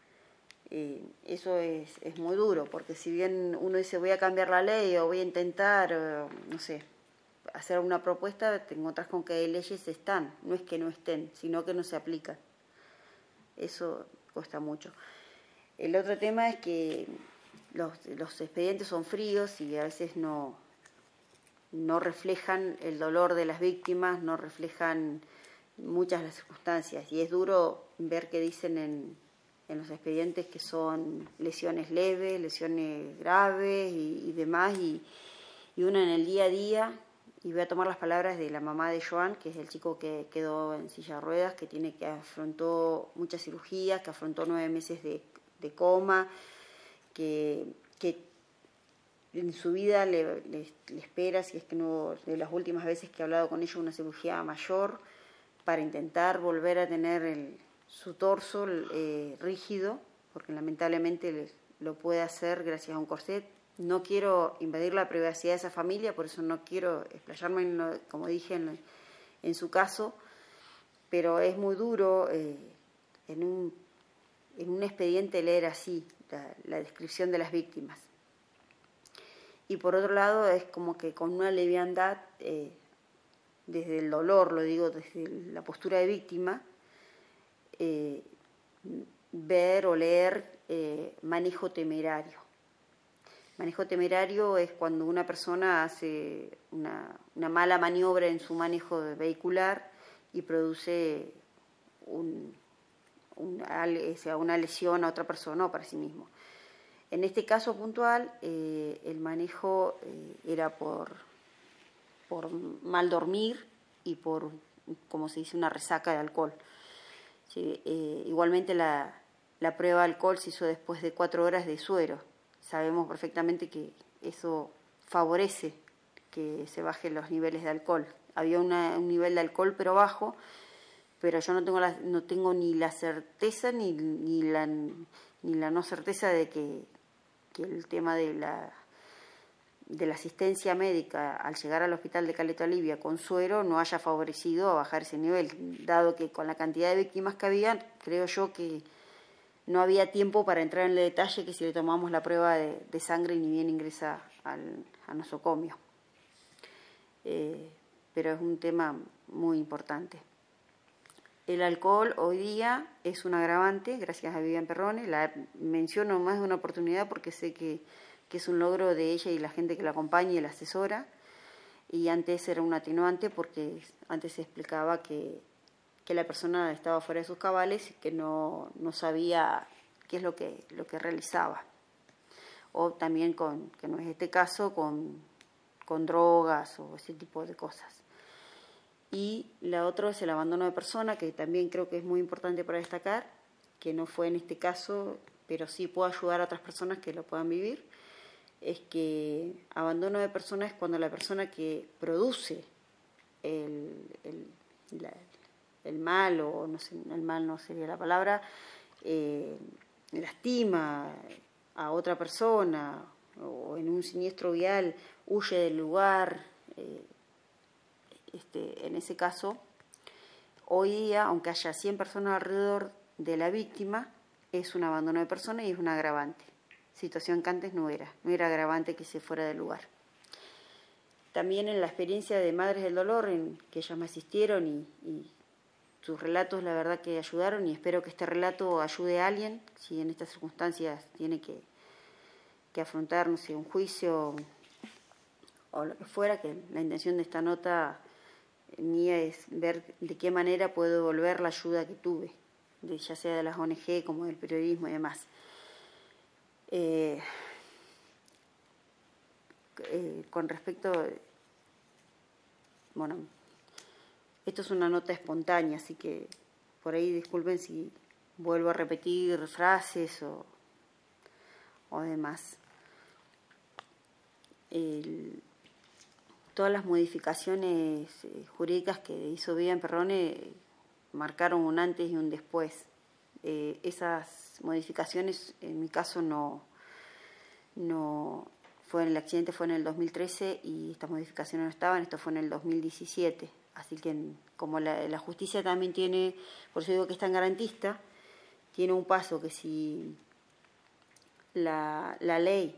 A: Eso es muy duro, porque si bien uno dice voy a cambiar la ley o voy a intentar, no sé, hacer una propuesta, te encontrás con que leyes están, no es que no estén, sino que no se aplican. Eso cuesta mucho. El otro tema es que los expedientes son fríos y a veces no reflejan el dolor de las víctimas, no reflejan muchas de las circunstancias, y es duro ver que dicen en los expedientes que son lesiones leves, lesiones graves y demás, y uno en el día a día, y voy a tomar las palabras de la mamá de Joan, que es el chico que quedó en silla de ruedas, que afrontó muchas cirugías, que afrontó 9 meses de coma, que en su vida le espera, si es que no, de las últimas veces que he hablado con ella, una cirugía mayor para intentar volver a tener su torso rígido, porque lamentablemente lo puede hacer gracias a un corset. No quiero invadir la privacidad de esa familia, por eso no quiero explayarme, como dije, en su caso, pero es muy duro en un expediente leer así la descripción de las víctimas. Y por otro lado es como que con una liviandad, desde el dolor, lo digo desde la postura de víctima, ver o leer manejo temerario. Manejo temerario es cuando una persona hace una mala maniobra en su manejo vehicular y produce una lesión a otra persona o para sí mismo. En este caso puntual, el manejo era por mal dormir y por, como se dice, una resaca de alcohol. Sí, igualmente la prueba de alcohol se hizo después de 4 horas de suero. Sabemos perfectamente que eso favorece que se bajen los niveles de alcohol. Había un nivel de alcohol pero bajo, pero yo no tengo ni la certeza ni la no certeza de que el tema de la asistencia médica al llegar al hospital de Caleta Olivia con suero no haya favorecido a bajar ese nivel, dado que con la cantidad de víctimas que había, creo yo que no había tiempo para entrar en el detalle que si le tomamos la prueba de sangre ni bien ingresa a nosocomio. Pero es un tema muy importante. El alcohol hoy día es un agravante, gracias a Vivian Perrone. La menciono más de una oportunidad porque sé que es un logro de ella y la gente que la acompaña y la asesora. Y antes era un atenuante porque antes se explicaba que la persona estaba fuera de sus cabales y que no sabía qué es lo que realizaba. O también, que no es este caso, con drogas o ese tipo de cosas. Y la otra es el abandono de persona, que también creo que es muy importante para destacar, que no fue en este caso, pero sí puede ayudar a otras personas que lo puedan vivir. Es que abandono de persona es cuando la persona que produce el mal, o no sé, el mal no sería la palabra, lastima a otra persona o en un siniestro vial huye del lugar, en ese caso, hoy día, aunque haya 100 personas alrededor de la víctima, es un abandono de persona y es un agravante. Situación que antes no era agravante que se fuera del lugar. También en la experiencia de Madres del Dolor, en que ellas me asistieron y sus relatos la verdad que ayudaron, y espero que este relato ayude a alguien, si en estas circunstancias tiene que afrontar, no sé, un juicio o lo que fuera, que la intención de esta nota mía es ver de qué manera puedo devolver la ayuda que tuve, ya sea de las ONG como del periodismo y demás. Con respecto, bueno, esto es una nota espontánea, así que por ahí disculpen si vuelvo a repetir frases o demás. Todas las modificaciones jurídicas que hizo Vivian Perrone marcaron un antes y un después. Esas modificaciones, en mi caso, no fue en el accidente, fue en el 2013 y estas modificaciones no estaban, esto fue en el 2017. Así que como la justicia también tiene, por eso digo que es tan garantista, tiene un paso que si la ley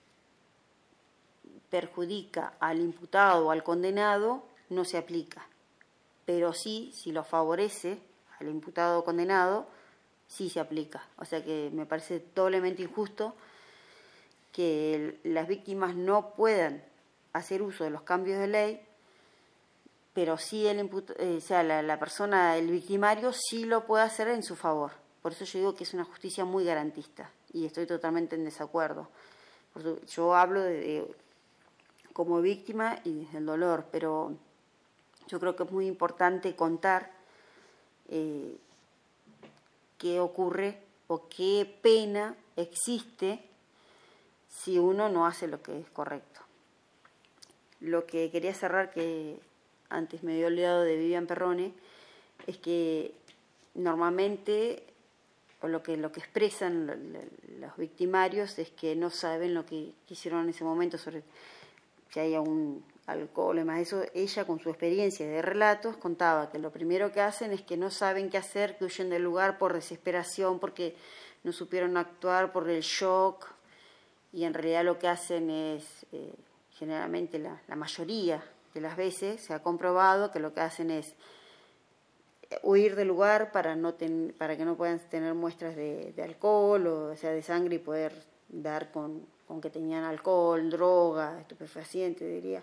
A: perjudica al imputado o al condenado, no se aplica. Pero sí, si lo favorece al imputado o condenado, sí se aplica. O sea que me parece doblemente injusto que las víctimas no puedan hacer uso de los cambios de ley, pero sí la persona, el victimario, sí lo puede hacer en su favor. Por eso yo digo que es una justicia muy garantista y estoy totalmente en desacuerdo. Yo hablo como víctima y desde el dolor, pero yo creo que es muy importante contar qué ocurre o qué pena existe si uno no hace lo que es correcto. Lo que quería cerrar, que antes me había olvidado de Vivian Perrone, es que normalmente, o lo que expresan los victimarios, es que no saben lo que hicieron en ese momento, sobre si hay alcohol, además de eso, ella con su experiencia de relatos contaba que lo primero que hacen es que no saben qué hacer, que huyen del lugar por desesperación, porque no supieron actuar, por el shock, y en realidad lo que hacen es, generalmente la mayoría de las veces, se ha comprobado que lo que hacen es huir del lugar para que no puedan tener muestras de alcohol o sea de sangre y poder dar con que tenían alcohol, droga, estupefaciente, diría.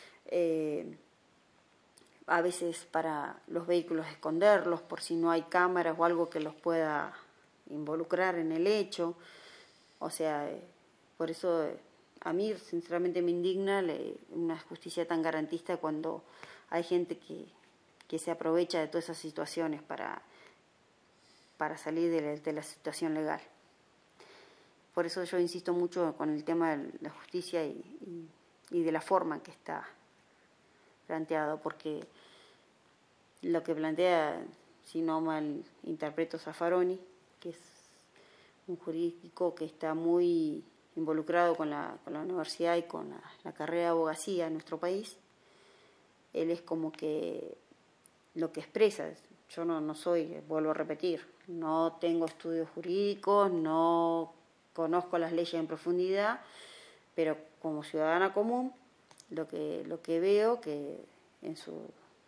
A: A veces para los vehículos esconderlos por si no hay cámaras o algo que los pueda involucrar en el hecho. O sea, por eso a mí sinceramente me indigna una justicia tan garantista cuando hay gente que se aprovecha de todas esas situaciones para salir de la situación legal. Por eso yo insisto mucho con el tema de la justicia y de la forma en que está planteado, porque lo que plantea, si no mal interpreto, Zaffaroni, que es un jurídico que está muy involucrado con la universidad y con la carrera de abogacía en nuestro país, él es como que lo que expresa. Yo no soy, vuelvo a repetir, no tengo estudios jurídicos, no conozco las leyes en profundidad, pero como ciudadana común, lo que veo que en su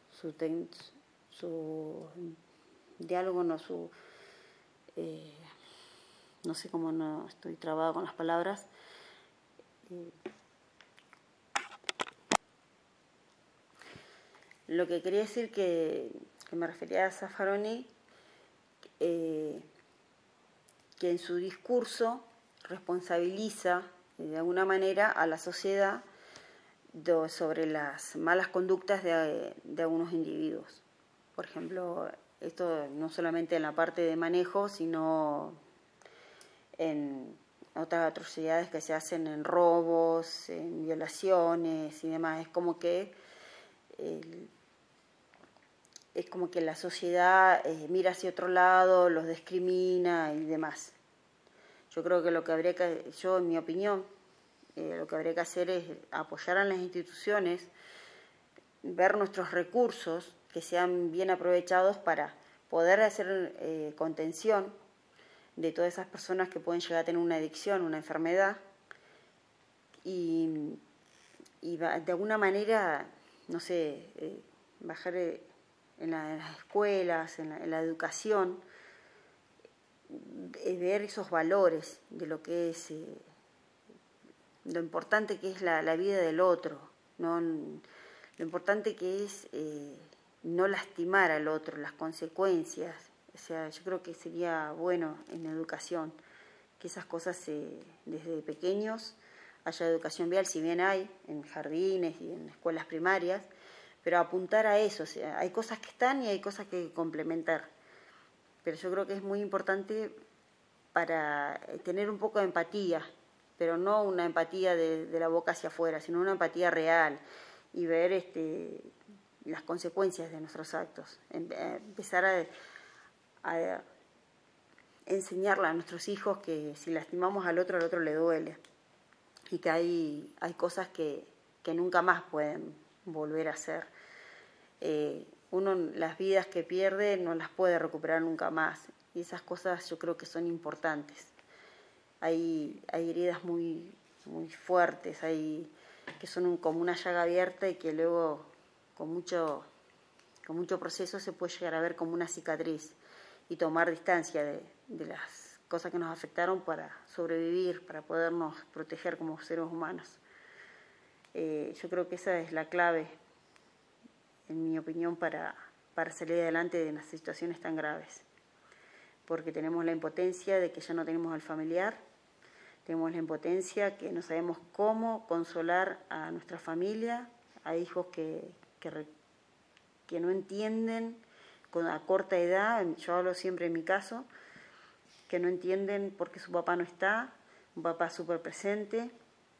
A: diálogo, no sé cómo, no estoy trabada con las palabras, lo que quería decir que me refería a Zaffaroni, que en su discurso responsabiliza de alguna manera a la sociedad sobre las malas conductas de algunos individuos. Por ejemplo, esto no solamente en la parte de manejo, sino en otras atrocidades que se hacen en robos, en violaciones y demás. Es como que la sociedad mira hacia otro lado, los discrimina y demás. Yo creo que en mi opinión, lo que habría que hacer es apoyar a las instituciones, ver nuestros recursos que sean bien aprovechados para poder hacer contención de todas esas personas que pueden llegar a tener una adicción, una enfermedad, y de alguna manera, no sé, bajar en las escuelas, en la educación, ver esos valores de lo que es lo importante que es la vida del otro, ¿no? Lo importante que es no lastimar al otro, las consecuencias. O sea, yo creo que sería bueno en educación que esas cosas desde pequeños haya educación vial, si bien hay en jardines y en escuelas primarias, pero apuntar a eso. O sea, hay cosas que están y hay cosas que complementar. Pero yo creo que es muy importante para tener un poco de empatía, pero no una empatía de la boca hacia afuera, sino una empatía real y ver las consecuencias de nuestros actos. Empezar a enseñarle a nuestros hijos que si lastimamos al otro le duele y que hay cosas que nunca más pueden volver a hacer. Uno las vidas que pierde no las puede recuperar nunca más y esas cosas yo creo que son importantes. Hay heridas muy, muy fuertes, que son como una llaga abierta y que luego con mucho proceso se puede llegar a ver como una cicatriz y tomar distancia de las cosas que nos afectaron para sobrevivir, para podernos proteger como seres humanos. Yo creo que esa es la clave, en mi opinión, para salir adelante de las situaciones tan graves. Porque tenemos la impotencia de que ya no tenemos al familiar, tenemos la impotencia que no sabemos cómo consolar a nuestra familia, a hijos que no entienden a corta edad, yo hablo siempre en mi caso, que no entienden por qué su papá no está, un papá súper presente.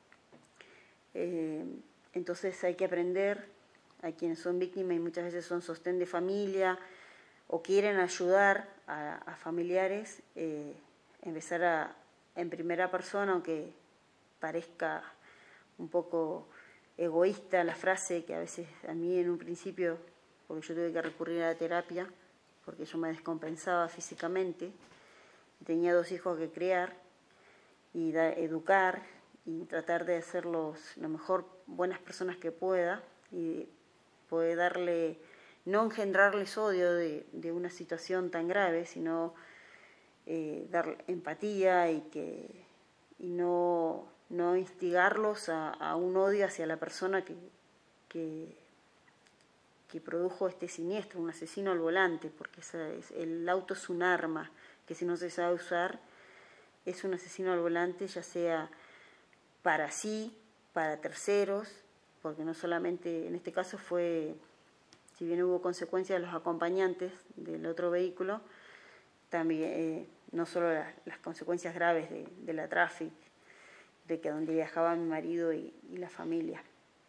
A: Entonces hay que aprender a quienes son víctimas y muchas veces son sostén de familia o quieren ayudar a familiares, empezar en primera persona, aunque parezca un poco egoísta la frase, que a veces a mí en un principio, porque yo tuve que recurrir a la terapia, porque yo me descompensaba físicamente, tenía 2 hijos que criar y educar y tratar de hacerlos lo mejor buenas personas que pueda y poder darle no engendrarles odio de una situación tan grave, sino dar empatía y no instigarlos a un odio hacia la persona que produjo este siniestro, un asesino al volante, porque el auto es un arma que si no se sabe usar es un asesino al volante, ya sea para sí, para terceros, porque no solamente, en este caso fue, si bien hubo consecuencias de los acompañantes del otro vehículo, también no solo las consecuencias graves de la tráfico, de que donde viajaba mi marido y la familia.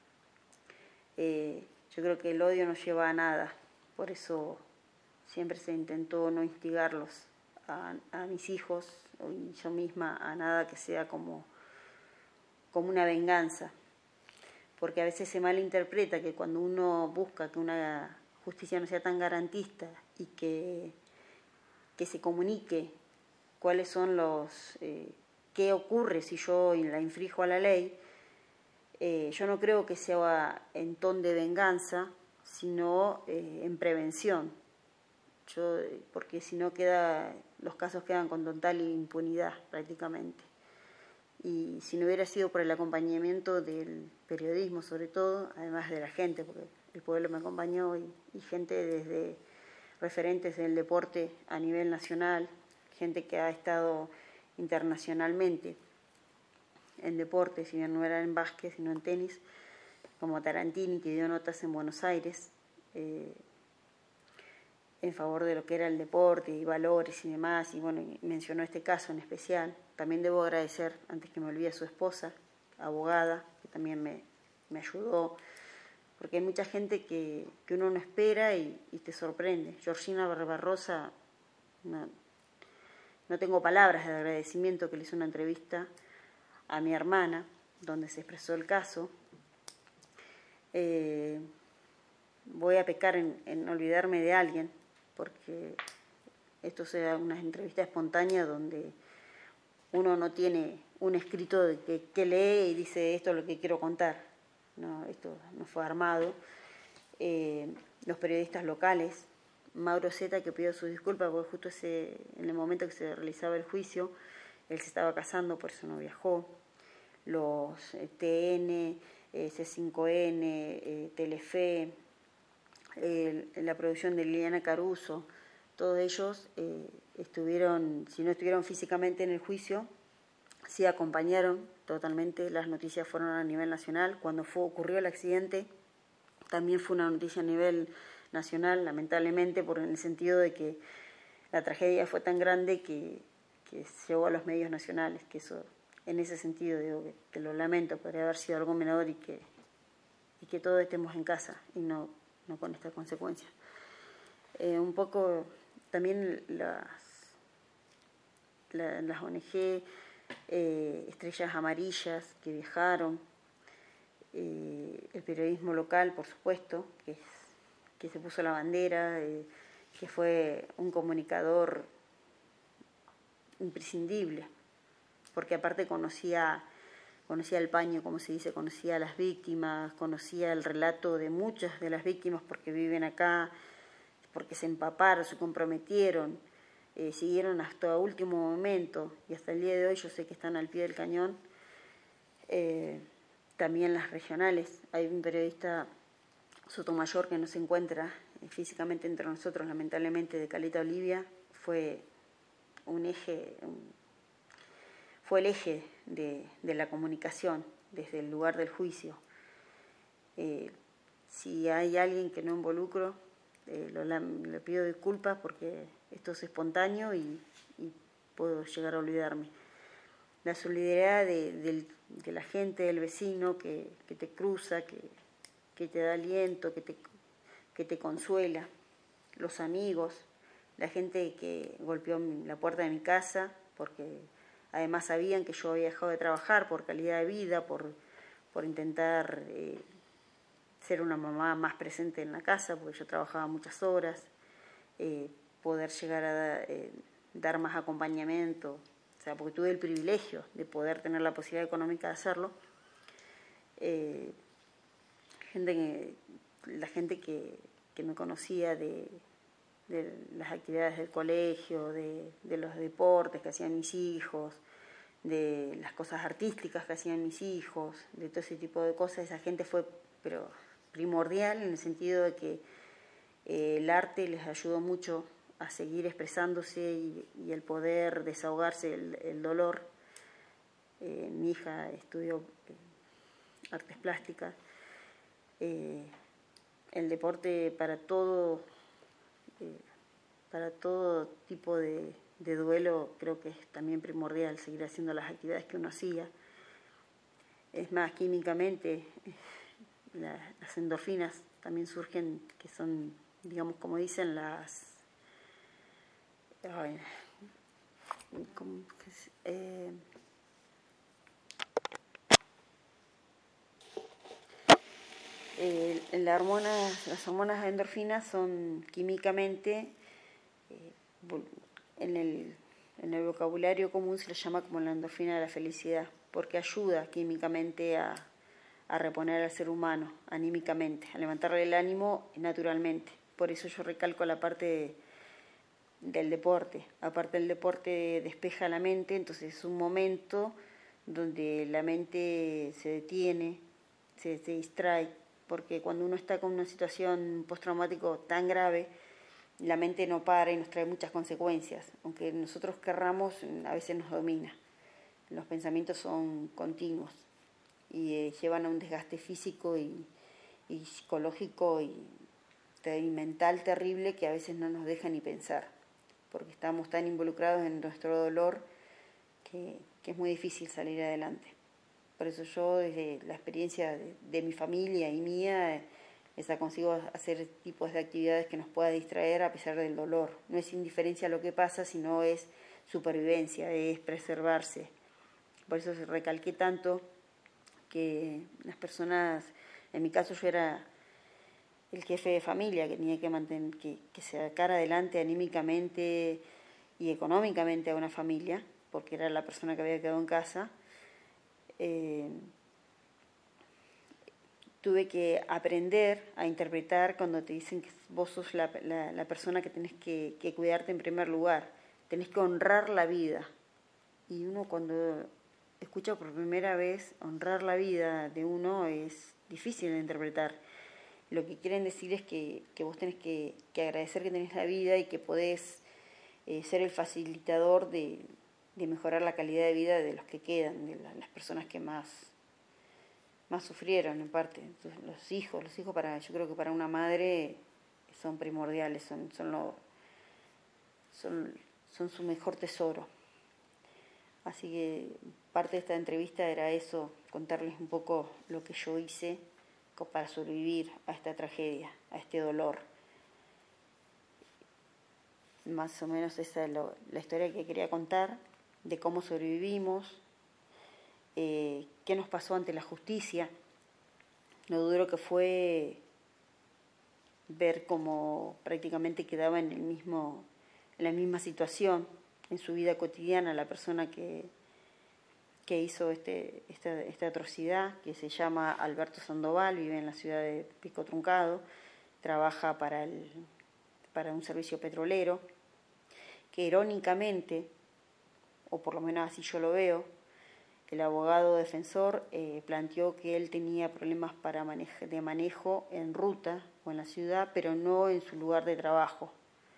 A: Yo creo que el odio no lleva a nada, por eso siempre se intentó no instigarlos a mis hijos y yo misma a nada que sea como una venganza, porque a veces se malinterpreta que cuando uno busca que una justicia no sea tan garantista y que se comunique cuáles son qué ocurre si yo la infrinjo a la ley, yo no creo que sea en ton de venganza, sino en prevención. Porque si no los casos quedan con total impunidad prácticamente. Y si no hubiera sido por el acompañamiento del periodismo sobre todo, además de la gente, porque el pueblo me acompañó y gente desde referentes del deporte a nivel nacional, gente que ha estado internacionalmente en deporte, si bien no era en básquet, sino en tenis, como Tarantini, que dio notas en Buenos Aires, en favor de lo que era el deporte y valores y demás, y bueno, mencionó este caso en especial. También debo agradecer, antes que me olvide, a su esposa, abogada, que también me ayudó, porque hay mucha gente que uno no espera y te sorprende. Georgina Barbarosa, no tengo palabras de agradecimiento, que le hizo una entrevista a mi hermana, donde se expresó el caso. Voy a pecar en olvidarme de alguien, porque esto sea una entrevista espontánea donde uno no tiene un escrito de que lee y dice esto es lo que quiero contar. No, esto no fue armado. Los periodistas locales, Mauro Zeta, que pidió sus disculpas porque justo en el momento que se realizaba el juicio, él se estaba casando, por eso no viajó. Los TN, C5N, Telefe, la producción de Liliana Caruso, todos ellos estuvieron, si no estuvieron físicamente en el juicio, sí acompañaron totalmente. Las noticias fueron a nivel nacional. Cuando ocurrió el accidente, también fue una noticia a nivel nacional, lamentablemente, en el sentido de que la tragedia fue tan grande que llegó a los medios nacionales, que eso, en ese sentido, digo que lo lamento, podría haber sido algo menor y que todos estemos en casa y no con estas consecuencias. Un poco también las ONG, Estrellas Amarillas, que viajaron, el periodismo local, por supuesto, que se puso la bandera, que fue un comunicador imprescindible, porque aparte conocía el paño, como se dice, conocía a las víctimas, conocía el relato de muchas de las víctimas porque viven acá, porque se empaparon, se comprometieron, siguieron hasta último momento y hasta el día de hoy yo sé que están al pie del cañón. También las regionales, hay un periodista, Sotomayor, que no se encuentra físicamente entre nosotros, lamentablemente, de Caleta Olivia, fue el eje de la comunicación desde el lugar del juicio. Si hay alguien que no involucro, le pido disculpas porque esto es espontáneo y puedo llegar a olvidarme. La solidaridad de la gente, del vecino que te cruza, que te da aliento, que te consuela, los amigos, la gente que golpeó la puerta de mi casa porque además sabían que yo había dejado de trabajar por calidad de vida, por intentar ser una mamá más presente en la casa, porque yo trabajaba muchas horas, poder llegar a dar más acompañamiento, o sea, porque tuve el privilegio de poder tener la posibilidad económica de hacerlo. La gente que que me conocía de las actividades del colegio, de los deportes que hacían mis hijos, de las cosas artísticas que hacían mis hijos, de todo ese tipo de cosas. Esa gente fue pero primordial en el sentido de que el arte les ayudó mucho a seguir expresándose y el poder desahogarse el dolor. Mi hija estudió artes plásticas. El deporte para todo tipo de duelo creo que es también primordial seguir haciendo las actividades que uno hacía. Es más, químicamente las endorfinas también surgen, que son, digamos, como dicen las... las hormonas endorfinas son químicamente, en el vocabulario común se le llama como la endorfina de la felicidad, porque ayuda químicamente a reponer al ser humano, anímicamente, a levantarle el ánimo naturalmente. Por eso yo recalco la parte del deporte. Aparte, el deporte despeja la mente, entonces es un momento donde la mente se detiene, se distrae, porque cuando uno está con una situación postraumático tan grave, la mente no para y nos trae muchas consecuencias. Aunque nosotros querramos, a veces nos domina. Los pensamientos son continuos y llevan a un desgaste físico y psicológico y mental terrible que a veces no nos deja ni pensar, porque estamos tan involucrados en nuestro dolor que es muy difícil salir adelante. Por eso yo, desde la experiencia de mi familia y mía, les aconsejo hacer tipos de actividades que nos pueda distraer a pesar del dolor. No es indiferencia a lo que pasa, sino es supervivencia, es preservarse. Por eso recalqué tanto que las personas, en mi caso yo era el jefe de familia, que tenía que mantener, que sacar adelante anímicamente y económicamente a una familia, porque era la persona que había quedado en casa. Tuve que aprender a interpretar cuando te dicen que vos sos la persona que tenés que cuidarte en primer lugar, tenés que honrar la vida. Y uno cuando escucha por primera vez honrar la vida de uno es difícil de interpretar. Lo que quieren decir es que vos tenés que agradecer que tenés la vida y que podés ser el facilitador de mejorar la calidad de vida de los que quedan, de las personas que más sufrieron en parte. Entonces, los hijos yo creo que para una madre son primordiales, son su mejor tesoro. Así que parte de esta entrevista era eso, contarles un poco lo que yo hice para sobrevivir a esta tragedia, a este dolor. Más o menos esa es la historia que quería contar, de cómo sobrevivimos, qué nos pasó ante la justicia, lo duro que fue ver cómo prácticamente quedaba en la misma situación en su vida cotidiana la persona que hizo esta atrocidad, que se llama Alberto Sandoval, vive en la ciudad de Pico Truncado, trabaja para un servicio petrolero, que irónicamente, o por lo menos así yo lo veo, el abogado defensor planteó que él tenía problemas de manejo en ruta o en la ciudad, pero no en su lugar de trabajo.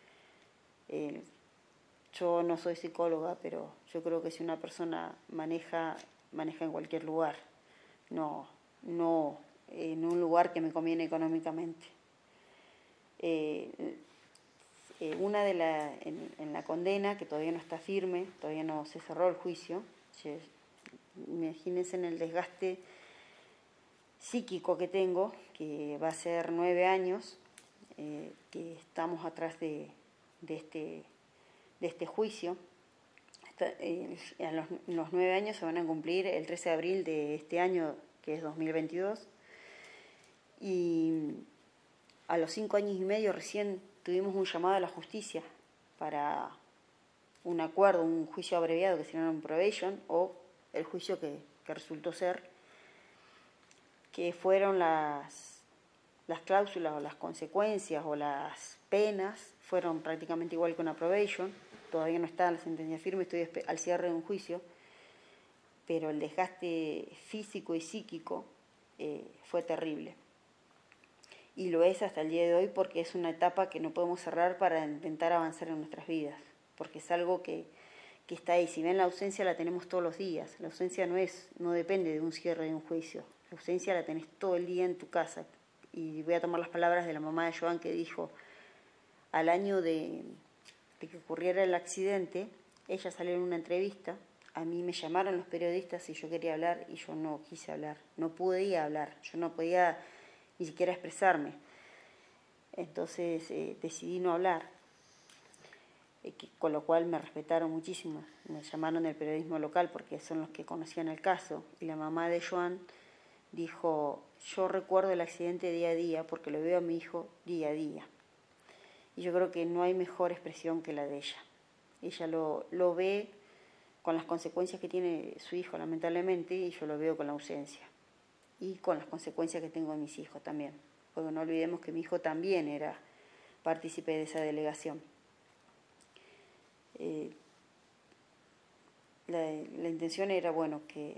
A: Yo no soy psicóloga, pero yo creo que si una persona maneja en cualquier lugar, no en un lugar que me conviene económicamente. En la condena, que todavía no está firme, todavía no se cerró el juicio, imagínense en el desgaste psíquico que tengo, que va a ser 9 años, que estamos atrás de este juicio. Los 9 años se van a cumplir el 13 de abril de este año, que es 2022, y a los 5 años y medio recién tuvimos un llamado a la justicia para un acuerdo, un juicio abreviado que se llama un probation, o el juicio que resultó ser, que fueron las cláusulas o las consecuencias o las penas fueron prácticamente igual que una probation. Todavía no está la sentencia firme, estoy al cierre de un juicio, pero el desgaste físico y psíquico fue terrible. Y lo es hasta el día de hoy porque es una etapa que no podemos cerrar para intentar avanzar en nuestras vidas, porque es algo que está ahí. Si bien la ausencia la tenemos todos los días, la ausencia no depende de un cierre de un juicio, la ausencia la tenés todo el día en tu casa. Y voy a tomar las palabras de la mamá de Joan, que dijo, al año de que ocurriera el accidente, ella salió en una entrevista, a mí me llamaron los periodistas si yo quería hablar y yo no quise hablar, no podía hablar, yo no podía ni siquiera expresarme. Entonces decidí no hablar, con lo cual me respetaron muchísimo. Me llamaron del periodismo local porque son los que conocían el caso. Y la mamá de Joan dijo, yo recuerdo el accidente día a día porque lo veo a mi hijo día a día. Y yo creo que no hay mejor expresión que la de ella. Ella lo ve con las consecuencias que tiene su hijo, lamentablemente, y yo lo veo con la ausencia. Y con las consecuencias que tengo en mis hijos también. Porque no olvidemos que mi hijo también era partícipe de esa delegación. La intención era, bueno,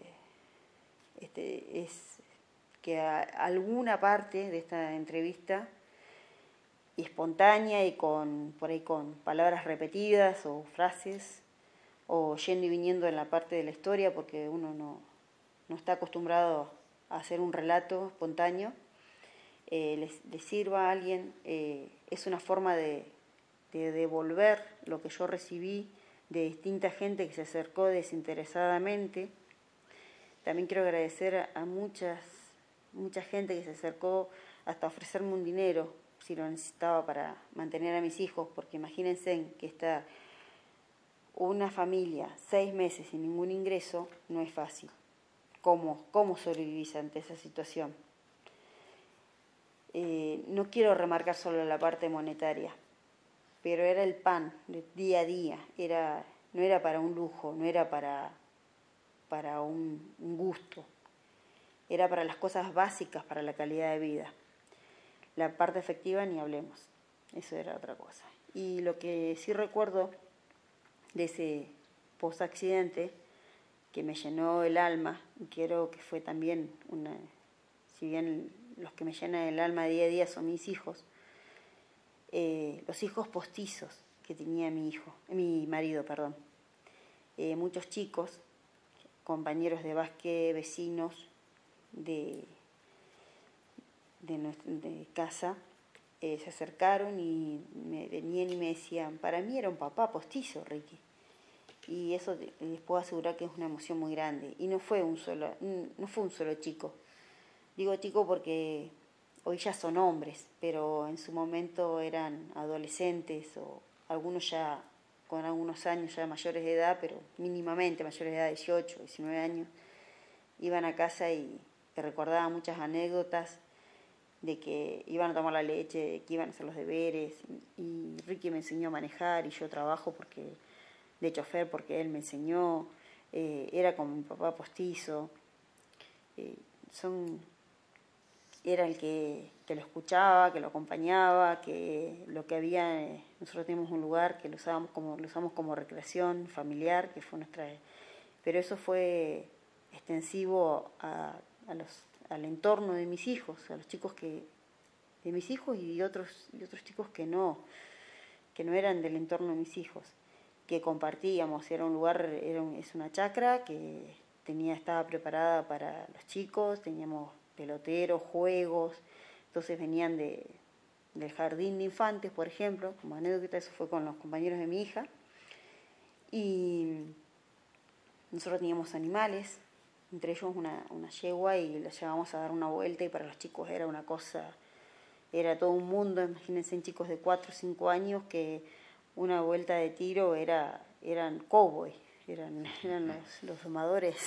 A: que alguna parte de esta entrevista, y espontánea y por ahí con palabras repetidas o frases, o yendo y viniendo en la parte de la historia, porque uno no está acostumbrado a hacer un relato espontáneo, le sirva a alguien. Es una forma de devolver lo que yo recibí de distinta gente que se acercó desinteresadamente. También quiero agradecer a mucha gente que se acercó hasta ofrecerme un dinero si lo necesitaba para mantener a mis hijos, porque imagínense que está una familia 6 meses sin ningún ingreso, no es fácil. ¿Cómo sobrevivís ante esa situación? No quiero remarcar solo la parte monetaria, pero era el pan de día a día, no era para un lujo, no era para un gusto, era para las cosas básicas, para la calidad de vida. La parte afectiva ni hablemos, eso era otra cosa. Y lo que sí recuerdo de ese post-accidente, que me llenó el alma, y creo que fue también si bien los que me llenan el alma día a día son mis hijos, los hijos postizos que tenía mi marido, muchos chicos, compañeros de básquet, vecinos de casa, se acercaron y me venían y me decían, para mí era un papá postizo, Ricky. Y eso les puedo asegurar que es una emoción muy grande. Y no fue un solo chico. Digo chico porque hoy ya son hombres, pero en su momento eran adolescentes o algunos ya con algunos años ya mayores de edad, pero mínimamente mayores de edad, 18, 19 años, iban a casa y recordaban muchas anécdotas de que iban a tomar la leche, que iban a hacer los deberes, y Ricky me enseñó a manejar y yo trabajo de chofer porque él me enseñó, era como mi papá postizo, era el que lo escuchaba, que lo acompañaba, que lo que había, nosotros tenemos un lugar que lo usamos como recreación familiar, que fue pero eso fue extensivo al entorno de mis hijos, a los chicos de mis hijos y otros chicos que no eran del entorno de mis hijos, que compartíamos. Era un lugar, es una chacra que estaba preparada para los chicos, teníamos peloteros, juegos, entonces venían del jardín de infantes, por ejemplo, como anécdota, eso fue con los compañeros de mi hija, y nosotros teníamos animales, entre ellos una yegua, y la llevábamos a dar una vuelta, y para los chicos era una cosa, era todo un mundo. Imagínense, chicos de 4 o 5 años que una vuelta de tiro eran cowboy, eran los domadores,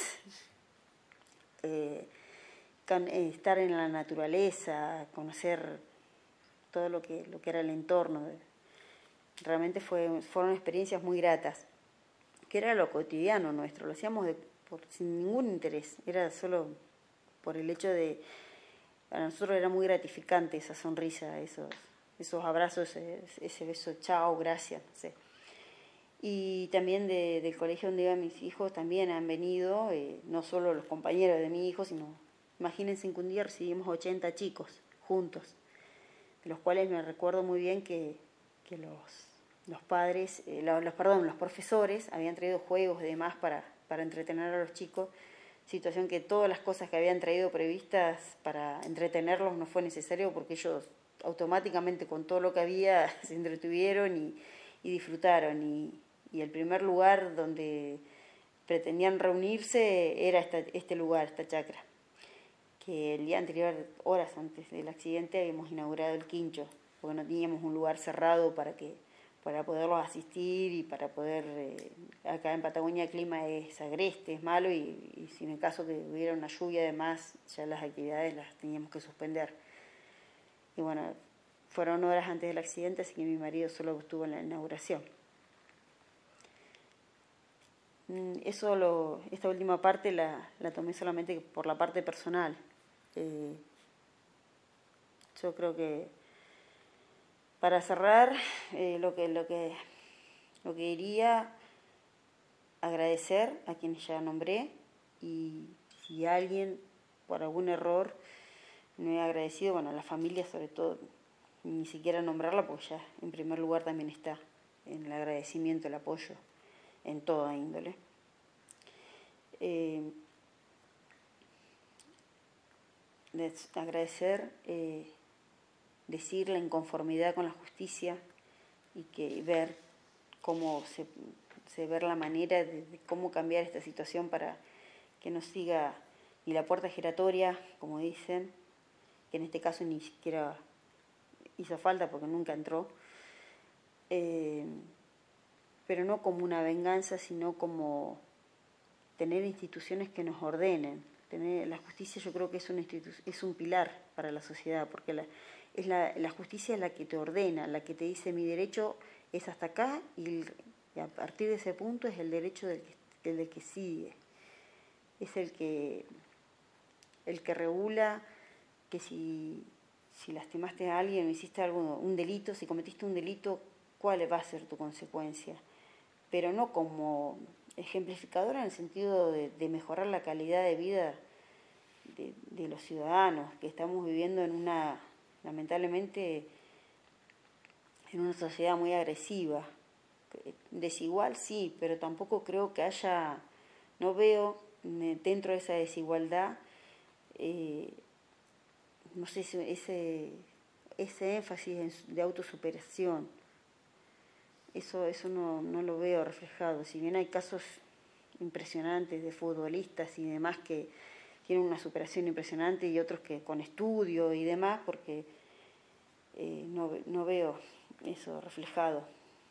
A: estar en la naturaleza, conocer todo lo que era el entorno. Realmente fueron experiencias muy gratas, que era lo cotidiano nuestro, lo hacíamos sin ningún interés, era solo por el hecho de para nosotros era muy gratificante esa sonrisa, esos abrazos, ese beso, chao, gracias, no sé. Y también del colegio donde iban mis hijos también han venido, no solo los compañeros de mi hijo, sino, imagínense que un día recibimos 80 chicos juntos, de los cuales me recuerdo muy bien que los padres, los profesores habían traído juegos y demás para entretener a los chicos, situación que todas las cosas que habían traído previstas para entretenerlos no fue necesario porque ellos automáticamente con todo lo que había se entretuvieron y disfrutaron. Y el primer lugar donde pretendían reunirse era este lugar, esta chacra, que el día anterior, horas antes del accidente, habíamos inaugurado el quincho, porque no teníamos un lugar cerrado para poderlos asistir y para poder, acá en Patagonia el clima es agreste, es malo y si en el caso que hubiera una lluvia además, ya las actividades las teníamos que suspender. Y bueno, fueron horas antes del accidente, así que mi marido solo estuvo en la inauguración. Esta última parte la tomé solamente por la parte personal. Yo creo que para cerrar, lo que diría, agradecer a quienes ya nombré y si alguien por algún error no he agradecido, bueno, a la familia sobre todo, ni siquiera nombrarla porque ya en primer lugar también está en el agradecimiento, el apoyo en toda índole. Agradecer, decir la inconformidad con la justicia y que ver cómo ver la manera de cómo cambiar esta situación para que no siga ni la puerta giratoria, como dicen, que en este caso ni siquiera hizo falta porque nunca entró, pero no como una venganza, sino como tener instituciones que nos ordenen. La justicia yo creo que es un pilar para la sociedad, porque la justicia es la que te ordena, la que te dice mi derecho es hasta acá y a partir de ese punto es el derecho del que sigue. Es el que regula que si lastimaste a alguien o hiciste un delito, si cometiste un delito, cuál va a ser tu consecuencia. Pero no como ejemplificadora en el sentido de mejorar la calidad de vida de los ciudadanos, que estamos viviendo lamentablemente, en una sociedad muy agresiva. Desigual sí, pero tampoco creo que no veo dentro de esa desigualdad, no sé, ese énfasis de autosuperación. Eso no lo veo reflejado. Si bien hay casos impresionantes de futbolistas y demás que tienen una superación impresionante y otros que con estudio y demás, porque no veo eso reflejado.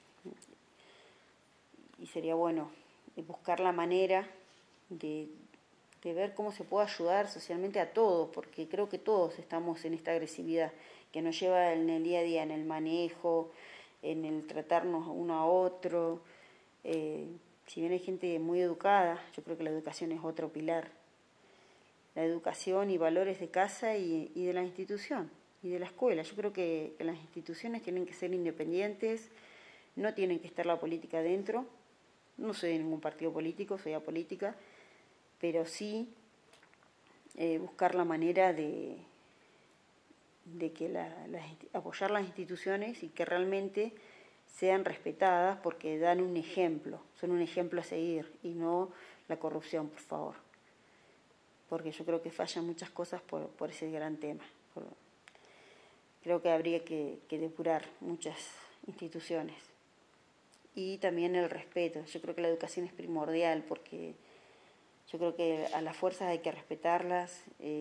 A: Y sería bueno buscar la manera de ver cómo se puede ayudar socialmente a todos, porque creo que todos estamos en esta agresividad que nos lleva en el día a día, en el manejo, en el tratarnos uno a otro. Si bien hay gente muy educada, yo creo que la educación es otro pilar. La educación y valores de casa y de la institución y de la escuela. Yo creo que las instituciones tienen que ser independientes, no tienen que estar la política dentro. No soy de ningún partido político, soy apolítica, pero sí buscar la manera de que apoyar las instituciones y que realmente sean respetadas porque dan un ejemplo, son un ejemplo a seguir y no la corrupción, por favor. Porque yo creo que fallan muchas cosas por ese gran tema. Creo que habría que depurar muchas instituciones. Y también el respeto. Yo creo que la educación es primordial porque yo creo que a las fuerzas hay que respetarlas.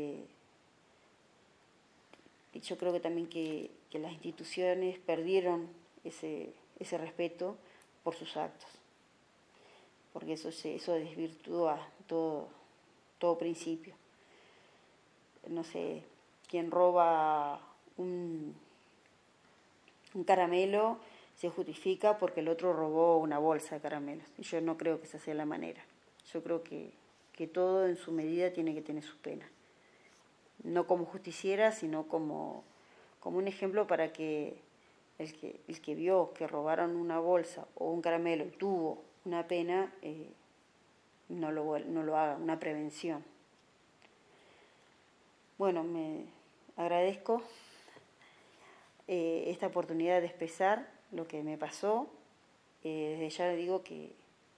A: Yo creo que también que las instituciones perdieron ese respeto por sus actos, porque eso desvirtúa todo principio. No sé, quien roba un caramelo se justifica porque el otro robó una bolsa de caramelos. Y yo no creo que esa sea la manera. Yo creo que todo en su medida tiene que tener su pena. no como justiciera, sino como un ejemplo para que el que vio que robaron una bolsa o un caramelo y tuvo una pena, no lo haga, una prevención. Bueno, me agradezco esta oportunidad de expresar lo que me pasó. Desde ya le digo que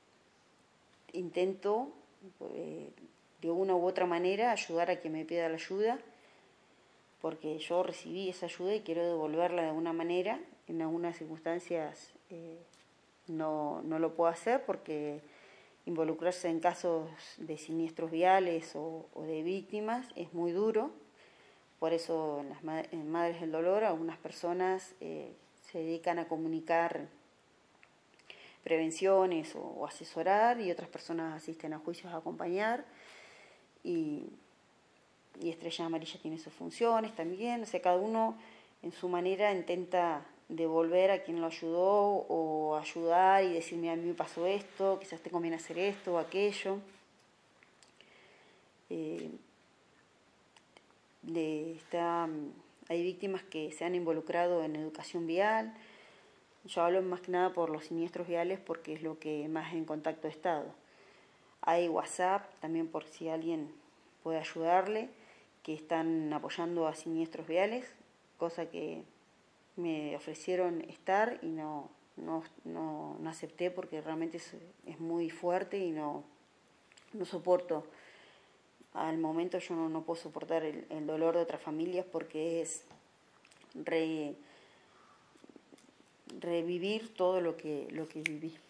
A: intento de una u otra manera ayudar a quien me pida la ayuda, porque yo recibí esa ayuda y quiero devolverla de alguna manera. En algunas circunstancias no lo puedo hacer porque involucrarse en casos de siniestros viales o de víctimas es muy duro. Por eso en Madres del Dolor algunas personas se dedican a comunicar prevenciones o asesorar, y otras personas asisten a juicios a acompañar, y Estrella Amarilla tiene sus funciones también. O sea, cada uno en su manera intenta devolver a quien lo ayudó o ayudar y decirme: a mí me pasó esto, quizás te conviene hacer esto o aquello. Hay víctimas que se han involucrado en educación vial. Yo hablo más que nada por los siniestros viales porque es lo que más en contacto he estado. Hay WhatsApp también por si alguien puede ayudarle, que están apoyando a siniestros viales, cosa que me ofrecieron estar y no acepté porque realmente es muy fuerte y no soporto. Al momento yo no puedo soportar el dolor de otras familias porque es revivir todo lo que viví.